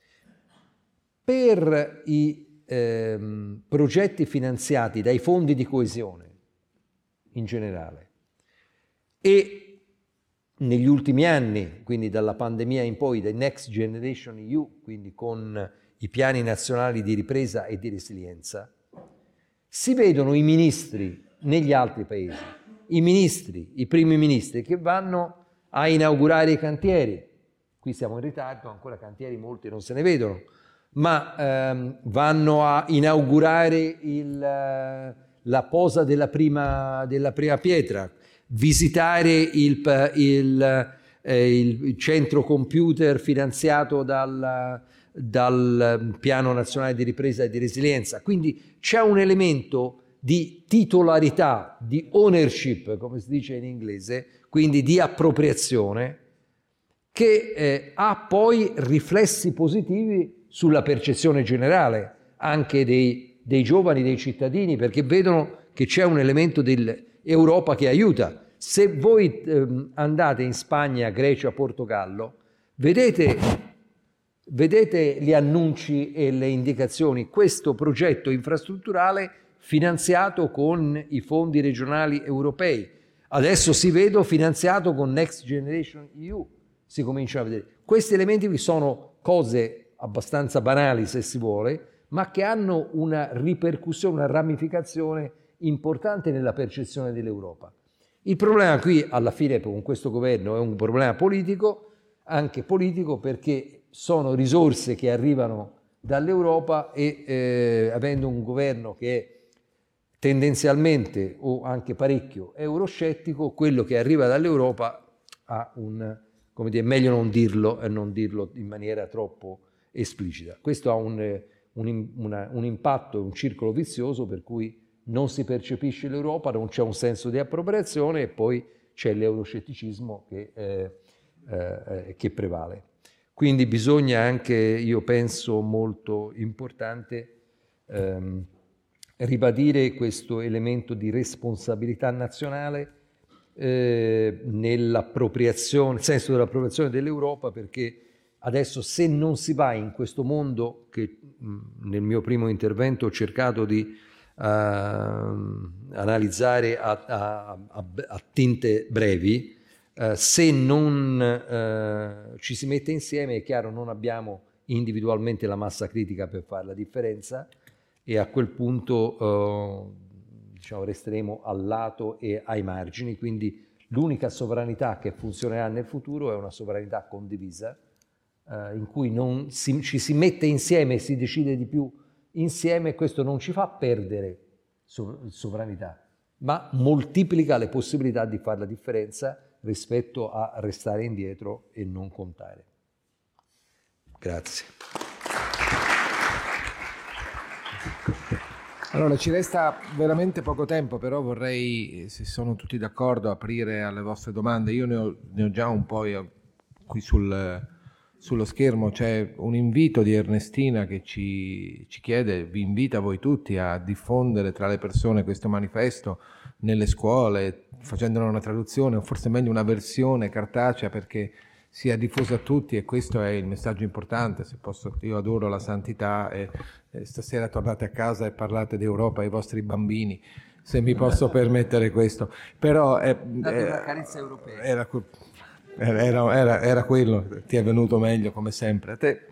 C: per i progetti finanziati dai fondi di coesione in generale e negli ultimi anni, quindi dalla pandemia in poi, dai Next Generation EU, quindi con i piani nazionali di ripresa e di resilienza, si vedono i ministri negli altri paesi, i primi ministri che vanno a inaugurare i cantieri. Qui siamo in ritardo, ancora cantieri molti non se ne vedono, ma vanno a inaugurare la posa della prima pietra, visitare il centro computer finanziato dal Piano Nazionale di Ripresa e di Resilienza. Quindi c'è un elemento di titolarità, di ownership, come si dice in inglese, quindi di appropriazione, che ha poi riflessi positivi sulla percezione generale anche dei giovani, dei cittadini, perché vedono che c'è un elemento dell'Europa che aiuta. Se voi andate in Spagna, Grecia, Portogallo, vedete gli annunci e le indicazioni, questo progetto infrastrutturale finanziato con i fondi regionali europei, adesso si vede finanziato con Next Generation EU, si comincia a vedere. Questi elementi qui sono cose abbastanza banali, se si vuole, ma che hanno una ripercussione, una ramificazione importante nella percezione dell'Europa. Il problema qui, alla fine, con questo governo, è un problema politico, anche politico, perché sono risorse che arrivano dall'Europa e avendo un governo che è tendenzialmente o anche parecchio euroscettico, quello che arriva dall'Europa ha come dire, meglio non dirlo e non dirlo in maniera troppo esplicita. Questo ha un impatto, un circolo vizioso per cui non si percepisce l'Europa, non c'è un senso di appropriazione e poi c'è l'euroscetticismo che prevale. Quindi bisogna anche, io penso molto importante, ribadire questo elemento di responsabilità nazionale nell'appropriazione, nel senso dell'appropriazione dell'Europa, perché adesso se non si va in questo mondo che nel mio primo intervento ho cercato di analizzare a tinte brevi, se non ci si mette insieme, è chiaro, non abbiamo individualmente la massa critica per fare la differenza e a quel punto diciamo, resteremo al lato e ai margini, quindi l'unica sovranità che funzionerà nel futuro è una sovranità condivisa, in cui ci si mette insieme e si decide di più insieme, e questo non ci fa perdere sovranità, ma moltiplica le possibilità di fare la differenza rispetto a restare indietro e non contare. Grazie.
B: Allora, ci resta veramente poco tempo, però vorrei, se sono tutti d'accordo, aprire alle vostre domande. Io ne ho già un po' qui sullo schermo. C'è un invito di Ernestina che ci chiede, vi invita voi tutti a diffondere tra le persone questo manifesto nelle scuole, facendone una traduzione o forse meglio una versione cartacea perché sia diffusa a tutti, e questo è il messaggio importante. Se posso, io adoro la santità e stasera tornate a casa e parlate d'Europa ai vostri bambini, se mi posso permettere questo. Però
C: una carezza europea.
B: Era quello, ti è venuto meglio come sempre. A te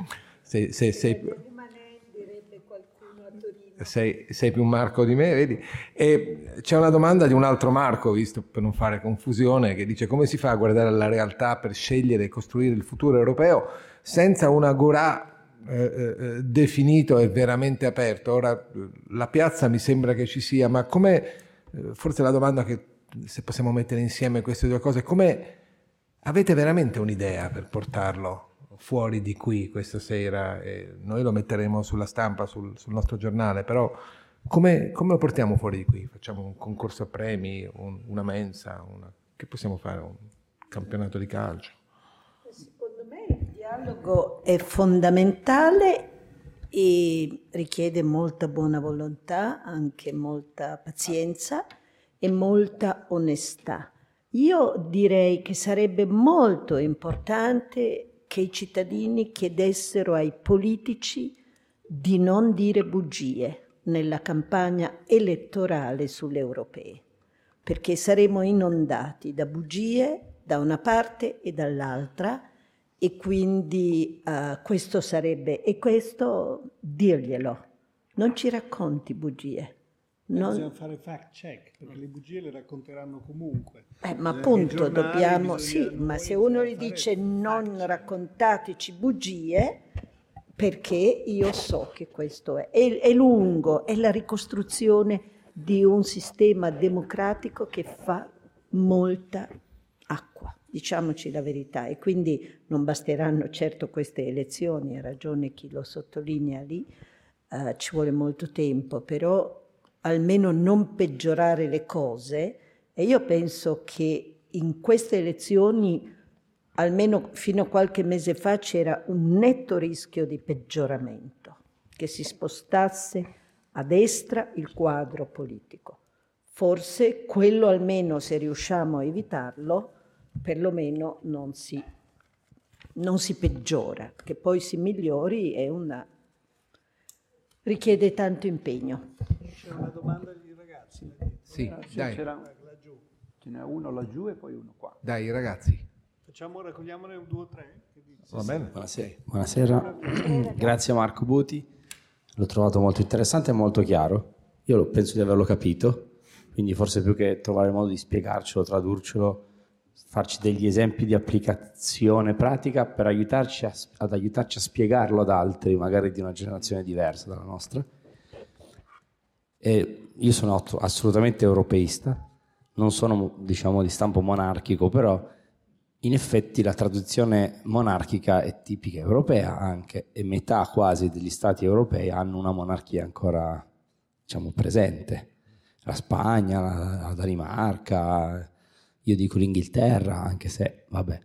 B: sei più Marco di me, vedi? E c'è una domanda di un altro Marco, visto per non fare confusione, che dice: come si fa a guardare alla realtà per scegliere e costruire il futuro europeo senza un agorà definito e veramente aperto? Ora la piazza mi sembra che ci sia, ma come, forse la domanda che, se possiamo mettere insieme queste due cose, come avete veramente un'idea per portarlo fuori di qui questa sera? Noi lo metteremo sulla stampa, sul nostro giornale, però come lo portiamo fuori di qui? Facciamo un concorso a premi, una mensa, che possiamo fare? Un campionato di calcio?
D: Secondo me il dialogo è fondamentale e richiede molta buona volontà, anche molta pazienza e molta onestà. Io direi che sarebbe molto importante che i cittadini chiedessero ai politici di non dire bugie nella campagna elettorale sulle europee, perché saremo inondati da bugie da una parte e dall'altra, e quindi questo sarebbe, e questo dirglielo, non ci racconti bugie.
A: Bisogna fare fact check, perché le bugie le racconteranno comunque.
D: Ma appunto dobbiamo, sì, ma se uno gli dice non raccontateci bugie, perché io so che questo è lungo, è la ricostruzione di un sistema democratico che fa molta acqua, diciamoci la verità, e quindi non basteranno certo queste elezioni, ha ragione chi lo sottolinea lì, ci vuole molto tempo, però almeno non peggiorare le cose, e io penso che in queste elezioni, almeno fino a qualche mese fa, c'era un netto rischio di peggioramento, che si spostasse a destra il quadro politico. Forse quello, almeno se riusciamo a evitarlo, perlomeno non si peggiora. Che poi si migliori richiede tanto impegno.
A: C'è una domanda agli ragazzi.
B: Sì, dai.
E: Ce n'è uno laggiù e poi uno qua.
B: Dai, ragazzi.
A: Raccogliamone 2 o 3?
B: Va bene?
F: Buonasera. Grazie a Marco Buti, l'ho trovato molto interessante e molto chiaro. Io penso di averlo capito, quindi forse più che trovare il modo di spiegarcelo, tradurcelo, farci degli esempi di applicazione pratica per aiutarci ad aiutarci a spiegarlo ad altri, magari di una generazione diversa dalla nostra. E io sono assolutamente europeista, non sono, diciamo, di stampo monarchico, però in effetti la tradizione monarchica è tipica europea anche, e metà quasi degli stati europei hanno una monarchia ancora, diciamo, presente. La Spagna, la Danimarca, io dico l'Inghilterra, anche se, vabbè,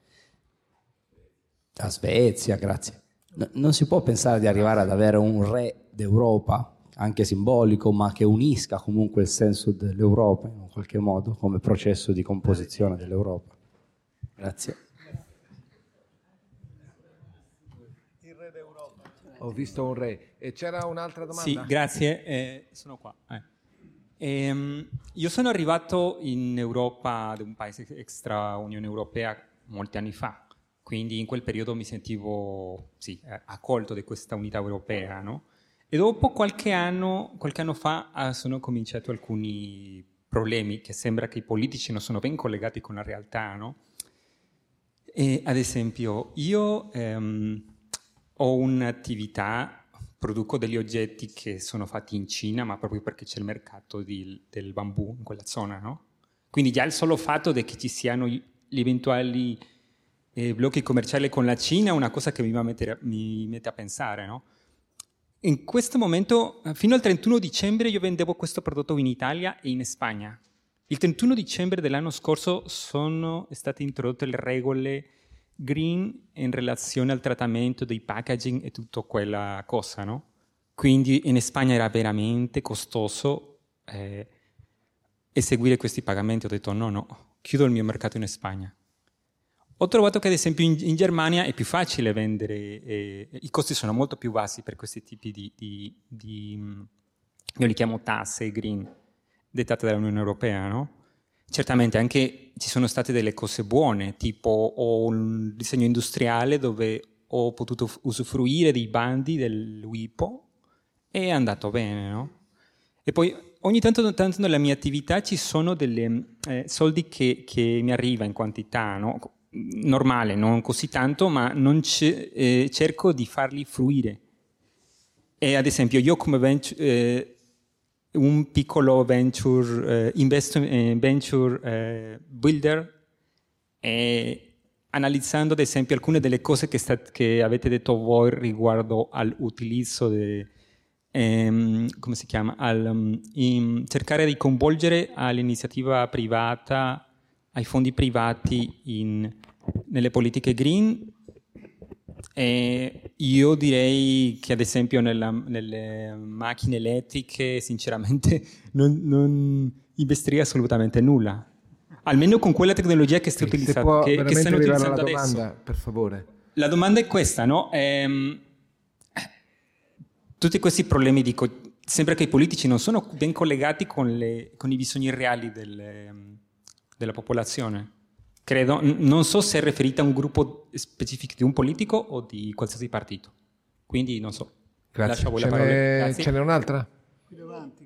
F: la Svezia, grazie. Non si può pensare di arrivare ad avere un re d'Europa, anche simbolico, ma che unisca comunque il senso dell'Europa in un qualche modo, come processo di composizione dell'Europa. Grazie.
A: Il re d'Europa.
B: Ho visto un re. E c'era un'altra domanda?
G: Sì, grazie, sono qua. Io sono arrivato in Europa, da un paese extra Unione Europea, molti anni fa, quindi in quel periodo mi sentivo accolto da questa unità europea, no? E dopo qualche anno fa sono cominciati alcuni problemi, che sembra che i politici non sono ben collegati con la realtà, no? E, ad esempio, io ho un'attività, produco degli oggetti che sono fatti in Cina, ma proprio perché c'è il mercato del bambù in quella zona, no? Quindi già il solo fatto che ci siano gli eventuali blocchi commerciali con la Cina è una cosa che mi mette a pensare, no? In questo momento, fino al 31 dicembre, io vendevo questo prodotto in Italia e in Spagna. Il 31 dicembre dell'anno scorso sono state introdotte le regole green in relazione al trattamento dei packaging e tutta quella cosa, no? Quindi in Spagna era veramente costoso eseguire questi pagamenti. Ho detto no, chiudo il mio mercato in Spagna. Ho trovato che ad esempio in Germania è più facile vendere, i costi sono molto più bassi per questi tipi io li chiamo tasse green, dettate dall'Unione Europea, no? Certamente anche ci sono state delle cose buone, tipo ho un disegno industriale dove ho potuto usufruire dei bandi del WIPO e è andato bene, no? E poi ogni tanto nella mia attività ci sono delle soldi che mi arriva in quantità, no? Normale, non così tanto, ma non cerco di farli fruire. E ad esempio io come un piccolo venture builder, analizzando ad esempio alcune delle cose che avete detto voi riguardo all'utilizzo come si chiama? Cercare di coinvolgere all'iniziativa privata, ai fondi privati nelle politiche green. E io direi che ad esempio nelle macchine elettriche sinceramente non investirei assolutamente nulla, almeno con quella tecnologia che sta utilizzando, che stanno utilizzando
B: alla
G: adesso.
B: domanda, per favore.
G: La domanda è questa, no? Tutti questi problemi, sembra che i politici non sono ben collegati con i bisogni reali della popolazione. Credo, non so se è riferita a un gruppo specifico di un politico o di qualsiasi partito. Quindi non so.
B: Grazie.
G: Lascio a voi la parola. Grazie.
B: Ce n'è un'altra?
A: Qui davanti.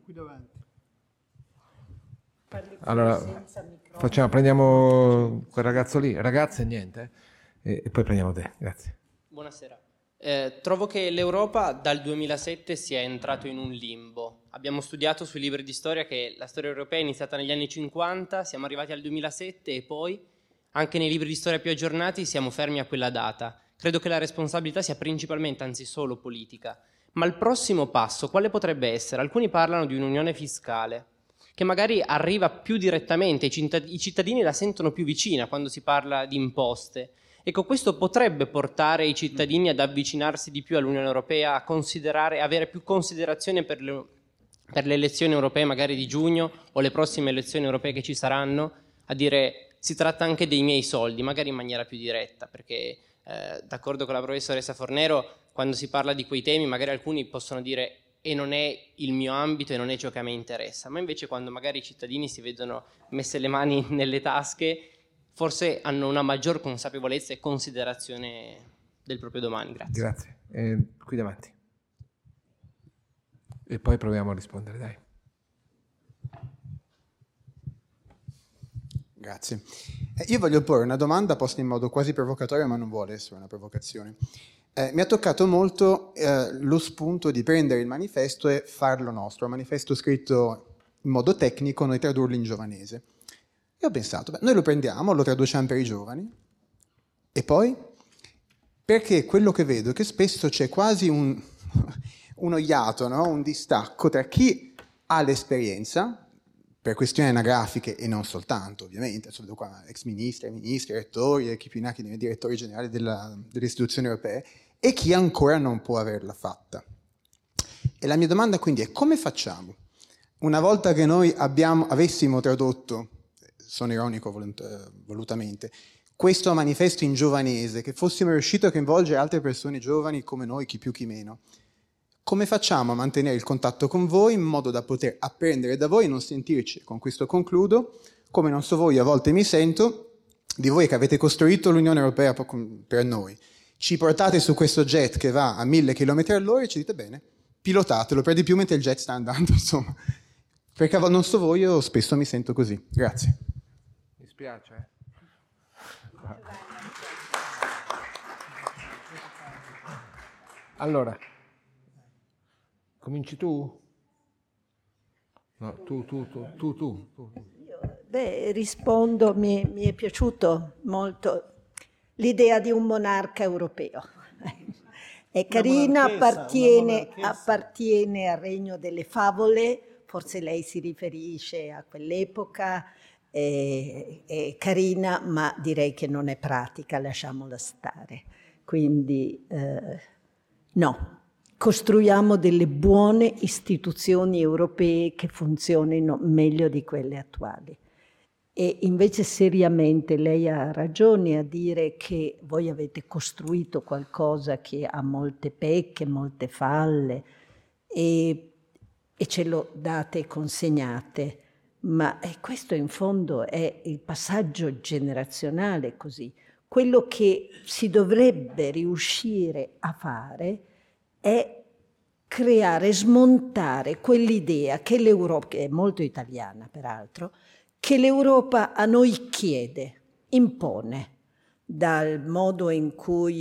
B: Allora, prendiamo quel ragazzo lì. Ragazze, niente. E poi prendiamo te. Grazie.
H: Buonasera. Trovo che l'Europa dal 2007 sia entrato in un limbo. Abbiamo studiato sui libri di storia che la storia europea è iniziata negli anni 50, siamo arrivati al 2007 e poi, anche nei libri di storia più aggiornati, siamo fermi a quella data. Credo che la responsabilità sia principalmente, anzi solo politica, Ma il prossimo passo quale potrebbe essere? Alcuni parlano di un'unione fiscale, che magari arriva più direttamente, i cittadini la sentono più vicina quando si parla di imposte. Ecco, questo potrebbe portare i cittadini ad avvicinarsi di più all'Unione Europea, a considerare, avere più considerazione per le elezioni europee magari di giugno o le prossime elezioni europee che ci saranno, a dire si tratta anche dei miei soldi, magari in maniera più diretta, perché d'accordo con la professoressa Fornero, quando si parla di quei temi magari alcuni possono dire e non è il mio ambito e non è ciò che a me interessa, ma invece quando magari i cittadini si vedono messe le mani nelle tasche, forse hanno una maggior consapevolezza e considerazione del proprio domani. Grazie.
B: Grazie. Qui davanti. E poi proviamo a rispondere, dai.
I: Grazie. Io voglio porre una domanda posta in modo quasi provocatorio, ma non vuole essere una provocazione. Mi ha toccato molto lo spunto di prendere il manifesto e farlo nostro, un manifesto scritto in modo tecnico, noi tradurlo in giovanese. E ho pensato, beh, noi lo prendiamo, lo traduciamo per i giovani, e poi? Perché quello che vedo è che spesso c'è quasi uno iato, no? Un distacco tra chi ha l'esperienza, per questioni anagrafiche e non soltanto, ovviamente, vedo qua ex ministri, rettori e chi più ne ha che ne direttori generali delle istituzioni europee, e chi ancora non può averla fatta. E la mia domanda quindi è: come facciamo? Una volta che noi avessimo tradotto, sono ironico volutamente, questo manifesto in giovanese, che fossimo riusciti a coinvolgere altre persone giovani come noi, chi più chi meno, come facciamo a mantenere il contatto con voi in modo da poter apprendere da voi e non sentirci, con questo concludo, come non so voi, a volte mi sento, di voi che avete costruito l'Unione Europea per noi. Ci portate su questo jet che va a 1000 km all'ora e ci dite bene, pilotatelo, per di più mentre il jet sta andando, insomma. Perché non so voi, io spesso mi sento così. Grazie.
B: Mi spiace. Allora, cominci tu? No, tu.
D: Beh, rispondo, mi è piaciuto molto l'idea di un monarca europeo. È carina, appartiene al regno delle favole, forse lei si riferisce a quell'epoca, è carina, ma direi che non è pratica, lasciamola stare. Quindi no, costruiamo delle buone istituzioni europee che funzionino meglio di quelle attuali. E invece seriamente lei ha ragione a dire che voi avete costruito qualcosa che ha molte pecche, molte falle e ce lo date e consegnate, ma questo in fondo è il passaggio generazionale così. Quello che si dovrebbe riuscire a fare è creare, smontare quell'idea che l'Europa, che è molto italiana peraltro, che l'Europa a noi chiede, impone, dal modo in cui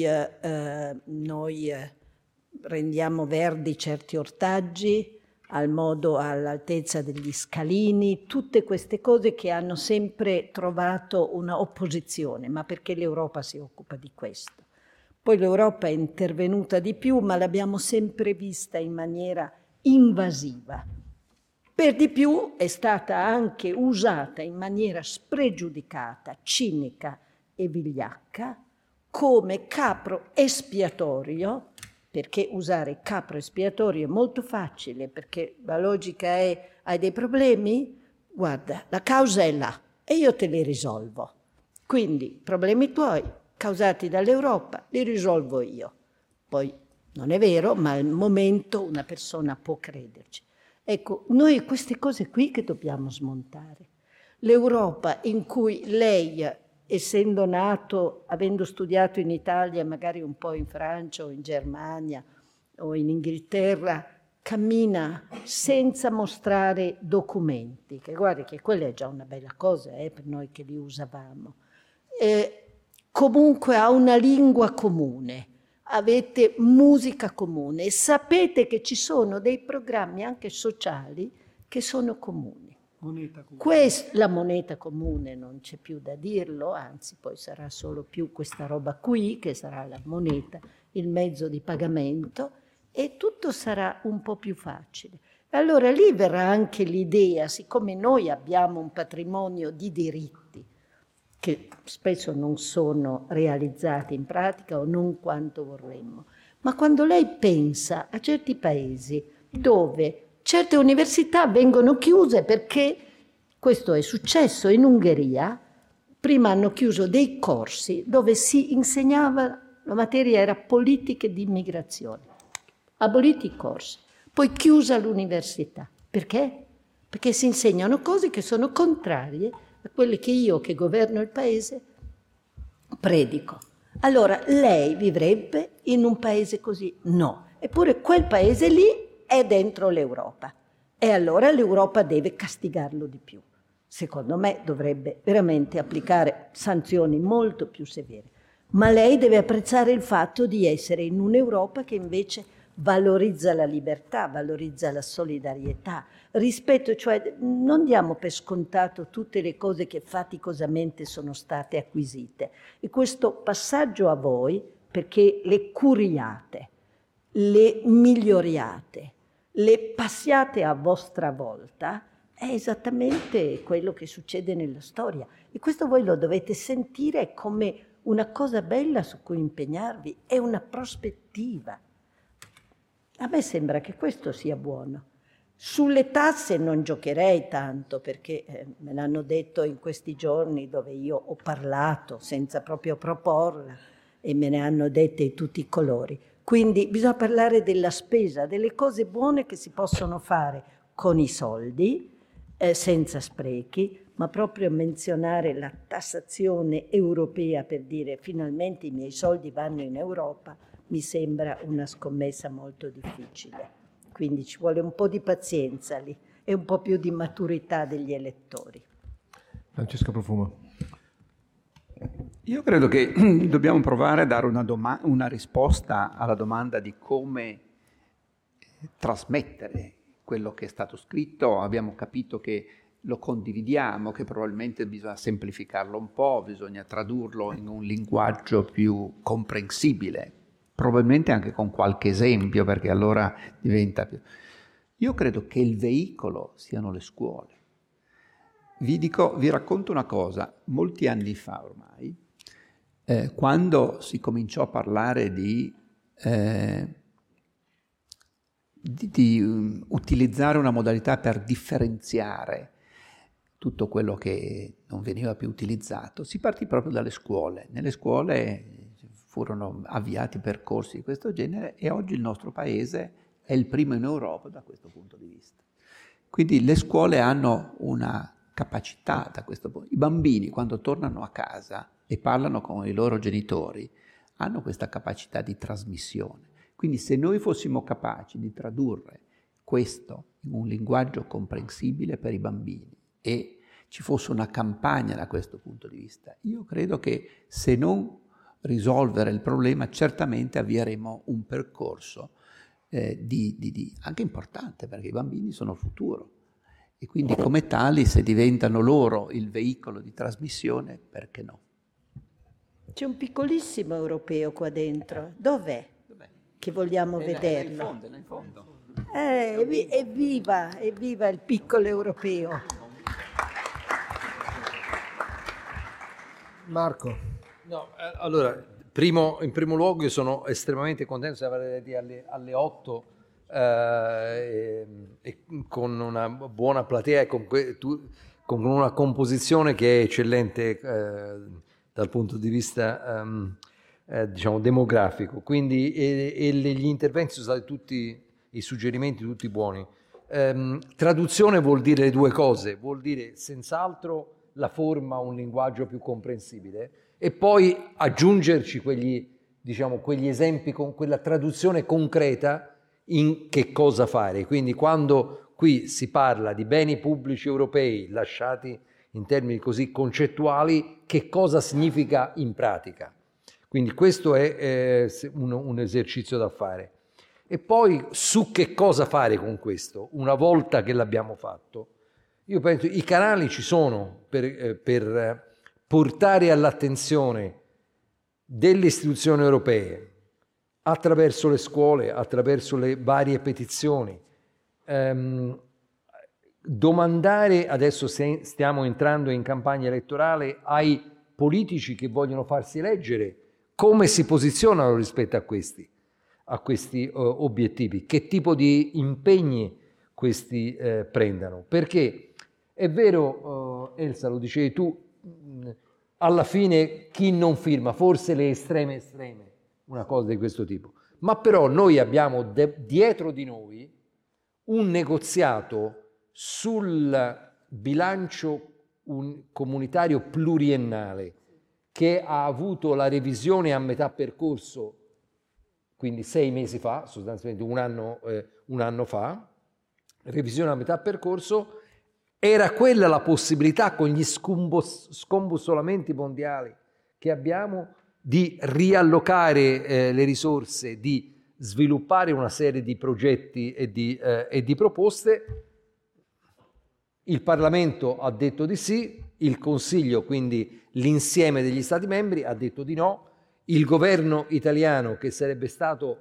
D: noi rendiamo verdi certi ortaggi, al modo all'altezza degli scalini, tutte queste cose che hanno sempre trovato una opposizione, ma perché l'Europa si occupa di questo. Poi l'Europa è intervenuta di più, ma l'abbiamo sempre vista in maniera invasiva. Per di più è stata anche usata in maniera spregiudicata, cinica e vigliacca come capro espiatorio, perché usare capro espiatorio è molto facile, perché la logica è: hai dei problemi? Guarda, la causa è là e io te li risolvo. Quindi problemi tuoi causati dall'Europa li risolvo io. Poi non è vero, ma al momento una persona può crederci. Ecco, noi queste cose qui che dobbiamo smontare. L'Europa in cui lei, essendo nato, avendo studiato in Italia, magari un po' in Francia o in Germania o in Inghilterra, cammina senza mostrare documenti, che guardi che quella è già una bella cosa per noi che li usavamo. Comunque ha una lingua comune, avete musica comune e sapete che ci sono dei programmi anche sociali che sono comuni.
A: Moneta comune.
D: La moneta comune non c'è più da dirlo, anzi poi sarà solo più questa roba qui che sarà la moneta, il mezzo di pagamento, e tutto sarà un po' più facile. E allora lì verrà anche l'idea, siccome noi abbiamo un patrimonio di diritti che spesso non sono realizzati in pratica o non quanto vorremmo, ma quando lei pensa a certi paesi dove certe università vengono chiuse perché, questo è successo in Ungheria, prima hanno chiuso dei corsi dove si insegnava, la materia era politiche di immigrazione, aboliti i corsi, poi chiusa l'università. Perché? Perché si insegnano cose che sono contrarie a quelle che io, che governo il paese, predico. Allora, lei vivrebbe in un paese così? No. Eppure quel paese lì è dentro l'Europa. E allora l'Europa deve castigarlo di più. Secondo me dovrebbe veramente applicare sanzioni molto più severe. Ma lei deve apprezzare il fatto di essere in un'Europa che invece valorizza la libertà, valorizza la solidarietà, rispetto, cioè non diamo per scontato tutte le cose che faticosamente sono state acquisite. E questo passaggio a voi, perché le curiate, le miglioriate, le passiate a vostra volta, è esattamente quello che succede nella storia. E questo voi lo dovete sentire come una cosa bella su cui impegnarvi, è una prospettiva. A me sembra che questo sia buono. Sulle tasse non giocherei tanto, perché me l'hanno detto in questi giorni dove io ho parlato senza proprio proporla e me ne hanno dette di tutti i colori. Quindi bisogna parlare della spesa, delle cose buone che si possono fare con i soldi, senza sprechi, ma proprio menzionare la tassazione europea per dire finalmente i miei soldi vanno in Europa, mi sembra una scommessa molto difficile. Quindi ci vuole un po' di pazienza lì e un po' più di maturità degli elettori.
B: Francesco Profumo.
E: Io credo che dobbiamo provare a dare una risposta alla domanda di come trasmettere quello che è stato scritto. Abbiamo capito che lo condividiamo, che probabilmente bisogna semplificarlo un po', bisogna tradurlo in un linguaggio più comprensibile, probabilmente anche con qualche esempio, perché allora diventa più... Io credo che il veicolo siano le scuole. Vi racconto una cosa, molti anni fa ormai, quando si cominciò a parlare di utilizzare una modalità per differenziare tutto quello che non veniva più utilizzato, si partì proprio dalle scuole. Nelle scuole furono avviati percorsi di questo genere e oggi il nostro paese è il primo in Europa da questo punto di vista. Quindi le scuole hanno una capacità da questo punto. I bambini quando tornano a casa e parlano con i loro genitori hanno questa capacità di trasmissione. Quindi se noi fossimo capaci di tradurre questo in un linguaggio comprensibile per i bambini e ci fosse una campagna da questo punto di vista, io credo che se non risolvere il problema certamente avvieremo un percorso anche importante, perché i bambini sono il futuro e quindi come tali, se diventano loro il veicolo di trasmissione, perché no?
D: C'è un piccolissimo europeo qua dentro. Dov'è? Che vogliamo vederlo?
E: È in fondo.
D: Evviva il piccolo europeo.
B: Marco.
C: No, allora, in primo luogo io sono estremamente contento di avere alle 8 e con una buona platea e con una composizione che è eccellente dal punto di vista diciamo demografico, quindi gli interventi sono stati tutti, i suggerimenti tutti buoni. Traduzione vuol dire le due cose, vuol dire senz'altro la forma, un linguaggio più comprensibile e poi aggiungerci quegli esempi con quella traduzione concreta in che cosa fare. Quindi quando qui si parla di beni pubblici europei lasciati in termini così concettuali, che cosa significa in pratica? Quindi questo è un esercizio da fare. E poi su che cosa fare con questo, una volta che l'abbiamo fatto? Io penso i canali ci sono per portare all'attenzione delle istituzioni europee, attraverso le scuole, attraverso le varie petizioni. Domandare, adesso stiamo entrando in campagna elettorale, ai politici che vogliono farsi eleggere come si posizionano rispetto a questi obiettivi, che tipo di impegni questi prendano. Perché è vero, Elsa, lo dicevi tu, alla fine chi non firma, forse le estreme, una cosa di questo tipo, ma però noi abbiamo dietro di noi un negoziato sul bilancio comunitario pluriennale che ha avuto la revisione a metà percorso, quindi 6 mesi fa, sostanzialmente un anno fa, revisione a metà percorso. Era quella la possibilità, con gli scombussolamenti mondiali che abbiamo, di riallocare le risorse, di sviluppare una serie di progetti e di proposte. Il Parlamento ha detto di sì, il Consiglio, quindi l'insieme degli Stati membri, ha detto di no. Il governo italiano, che sarebbe stato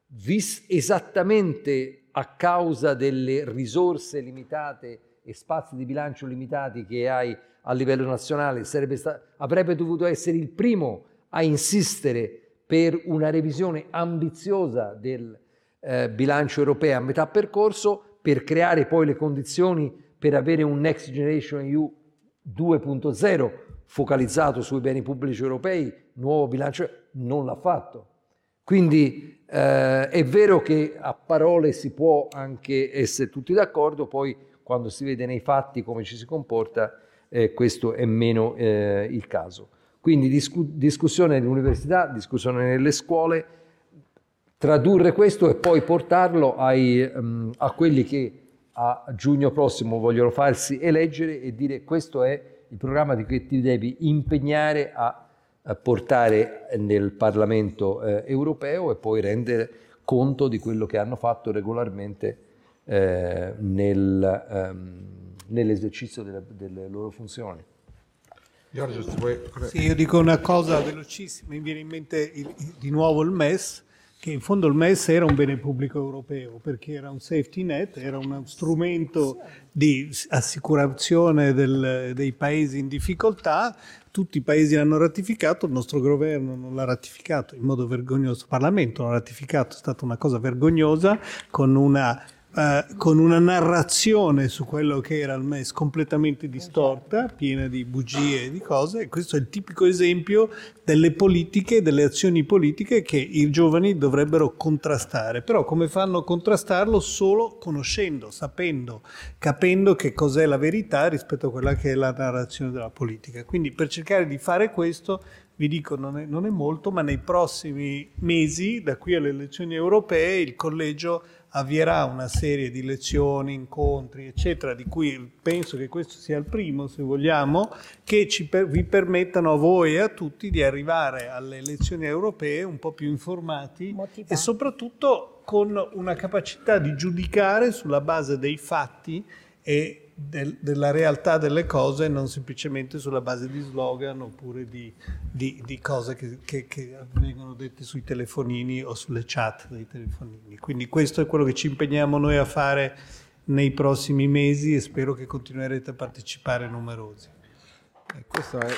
C: esattamente a causa delle risorse limitate e spazi di bilancio limitati che hai a livello nazionale, avrebbe dovuto essere il primo a insistere per una revisione ambiziosa del bilancio europeo a metà percorso, per creare poi le condizioni per avere un Next Generation EU 2.0 focalizzato sui beni pubblici europei, nuovo bilancio. Non l'ha fatto. Quindi è vero che a parole si può anche essere tutti d'accordo, poi quando si vede nei fatti come ci si comporta, questo è meno il caso. Quindi discussione nelle università, discussione nelle scuole, tradurre questo e poi portarlo a quelli che a giugno prossimo vogliono farsi eleggere e dire: questo è il programma di cui ti devi impegnare a portare nel Parlamento europeo, e poi rendere conto di quello che hanno fatto regolarmente nell'esercizio delle loro funzioni.
B: Giorgio,
A: sì, io dico una cosa velocissima, mi viene in mente di nuovo il MES, che in fondo il MES era un bene pubblico europeo, perché era un safety net, era uno strumento di assicurazione dei paesi in difficoltà. Tutti i paesi l'hanno ratificato, il nostro governo non l'ha ratificato in modo vergognoso, il Parlamento non l'ha ratificato, è stata una cosa vergognosa, con una narrazione su quello che era il MES completamente distorta, piena di bugie e di cose, e questo è il tipico esempio delle politiche, delle azioni politiche che i giovani dovrebbero contrastare. Però come fanno a contrastarlo? Solo conoscendo, sapendo, capendo che cos'è la verità rispetto a quella che è la narrazione della politica. Quindi per cercare di fare questo, vi dico, non è molto, ma nei prossimi mesi, da qui alle elezioni europee, il collegio avvierà una serie di lezioni, incontri, eccetera, di cui penso che questo sia il primo, se vogliamo, che vi permettano a voi e a tutti di arrivare alle elezioni europee un po' più informati, motivati, e soprattutto con una capacità di giudicare sulla base dei fatti e della realtà delle cose, non semplicemente sulla base di slogan oppure di cose che vengono dette sui telefonini o sulle chat dei telefonini. Quindi questo è quello che ci impegniamo noi a fare nei prossimi mesi, e spero che continuerete a partecipare numerosi.
B: Questo è...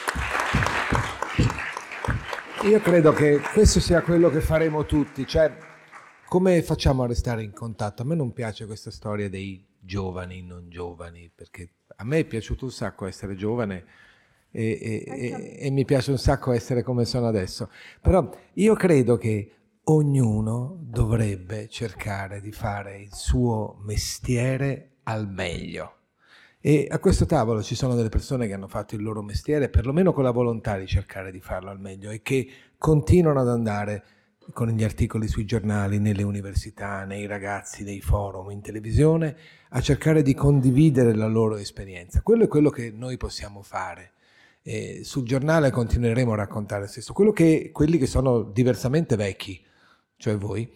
B: Io credo che questo sia quello che faremo tutti, cioè come facciamo a restare in contatto? A me non piace questa storia dei giovani, non giovani, perché a me è piaciuto un sacco essere giovane e mi piace un sacco essere come sono adesso, però io credo che ognuno dovrebbe cercare di fare il suo mestiere al meglio, e a questo tavolo ci sono delle persone che hanno fatto il loro mestiere perlomeno con la volontà di cercare di farlo al meglio e che continuano ad andare con gli articoli sui giornali, nelle università, nei ragazzi, nei forum, in televisione, a cercare di condividere la loro esperienza. Quello è quello che noi possiamo fare. Sul giornale continueremo a raccontare lo stesso. Quelli che sono diversamente vecchi, cioè voi,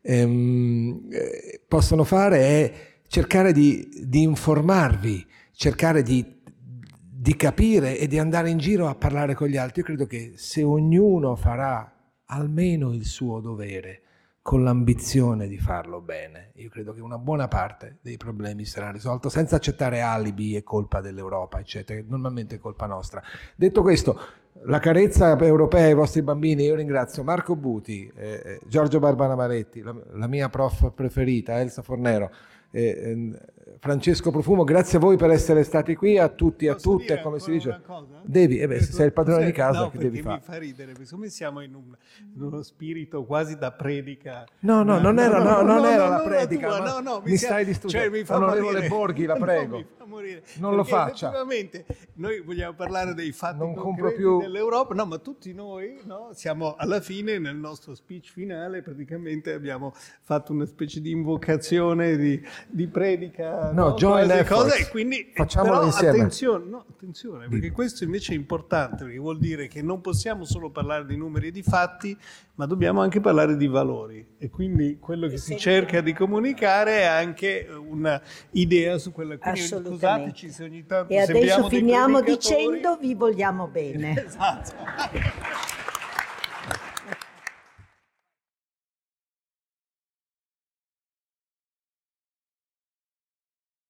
B: possono fare è cercare di informarvi, cercare di capire e di andare in giro a parlare con gli altri. Io credo che se ognuno farà almeno il suo dovere, con l'ambizione di farlo bene. Io credo che una buona parte dei problemi sarà risolto senza accettare alibi e colpa dell'Europa, eccetera, normalmente è colpa nostra. Detto questo, la carezza europea ai vostri bambini, io ringrazio Marco Buti, Giorgio Barbara Maretti, la mia prof preferita, Elsa Fornero, Francesco Profumo, grazie a voi per essere stati qui, a tutti e a tutte, come si dice. Devi, se sei il padrone di casa,
A: no,
B: che devi fare?
A: Mi fa ridere, perché siccome siamo in uno spirito quasi da predica.
B: Non era la predica, mi stai distruggendo.
A: Cioè, mi fa
B: Onorevole
A: morire.
B: Borghi, la prego.
A: Mi fa morire.
B: Non lo faccia.
A: Effettivamente noi vogliamo parlare dei fatti
B: Non compro
A: concreti
B: più
A: dell'Europa, no, ma tutti noi, no, siamo alla fine, nel nostro speech finale, praticamente abbiamo fatto una specie di invocazione di predica,
B: joint efforts.
A: E quindi
B: facciamolo
A: però,
B: insieme.
A: Attenzione, perché questo invece è importante, perché vuol dire che non possiamo solo parlare di numeri e di fatti, ma dobbiamo anche parlare di valori, e quindi quello che si cerca di comunicare è anche una idea su quella. Quindi scusateci se ogni tanto
D: e adesso
A: sembriamo
D: finiamo
A: dei predicatori.
D: dicendo vi vogliamo bene.
A: Esatto.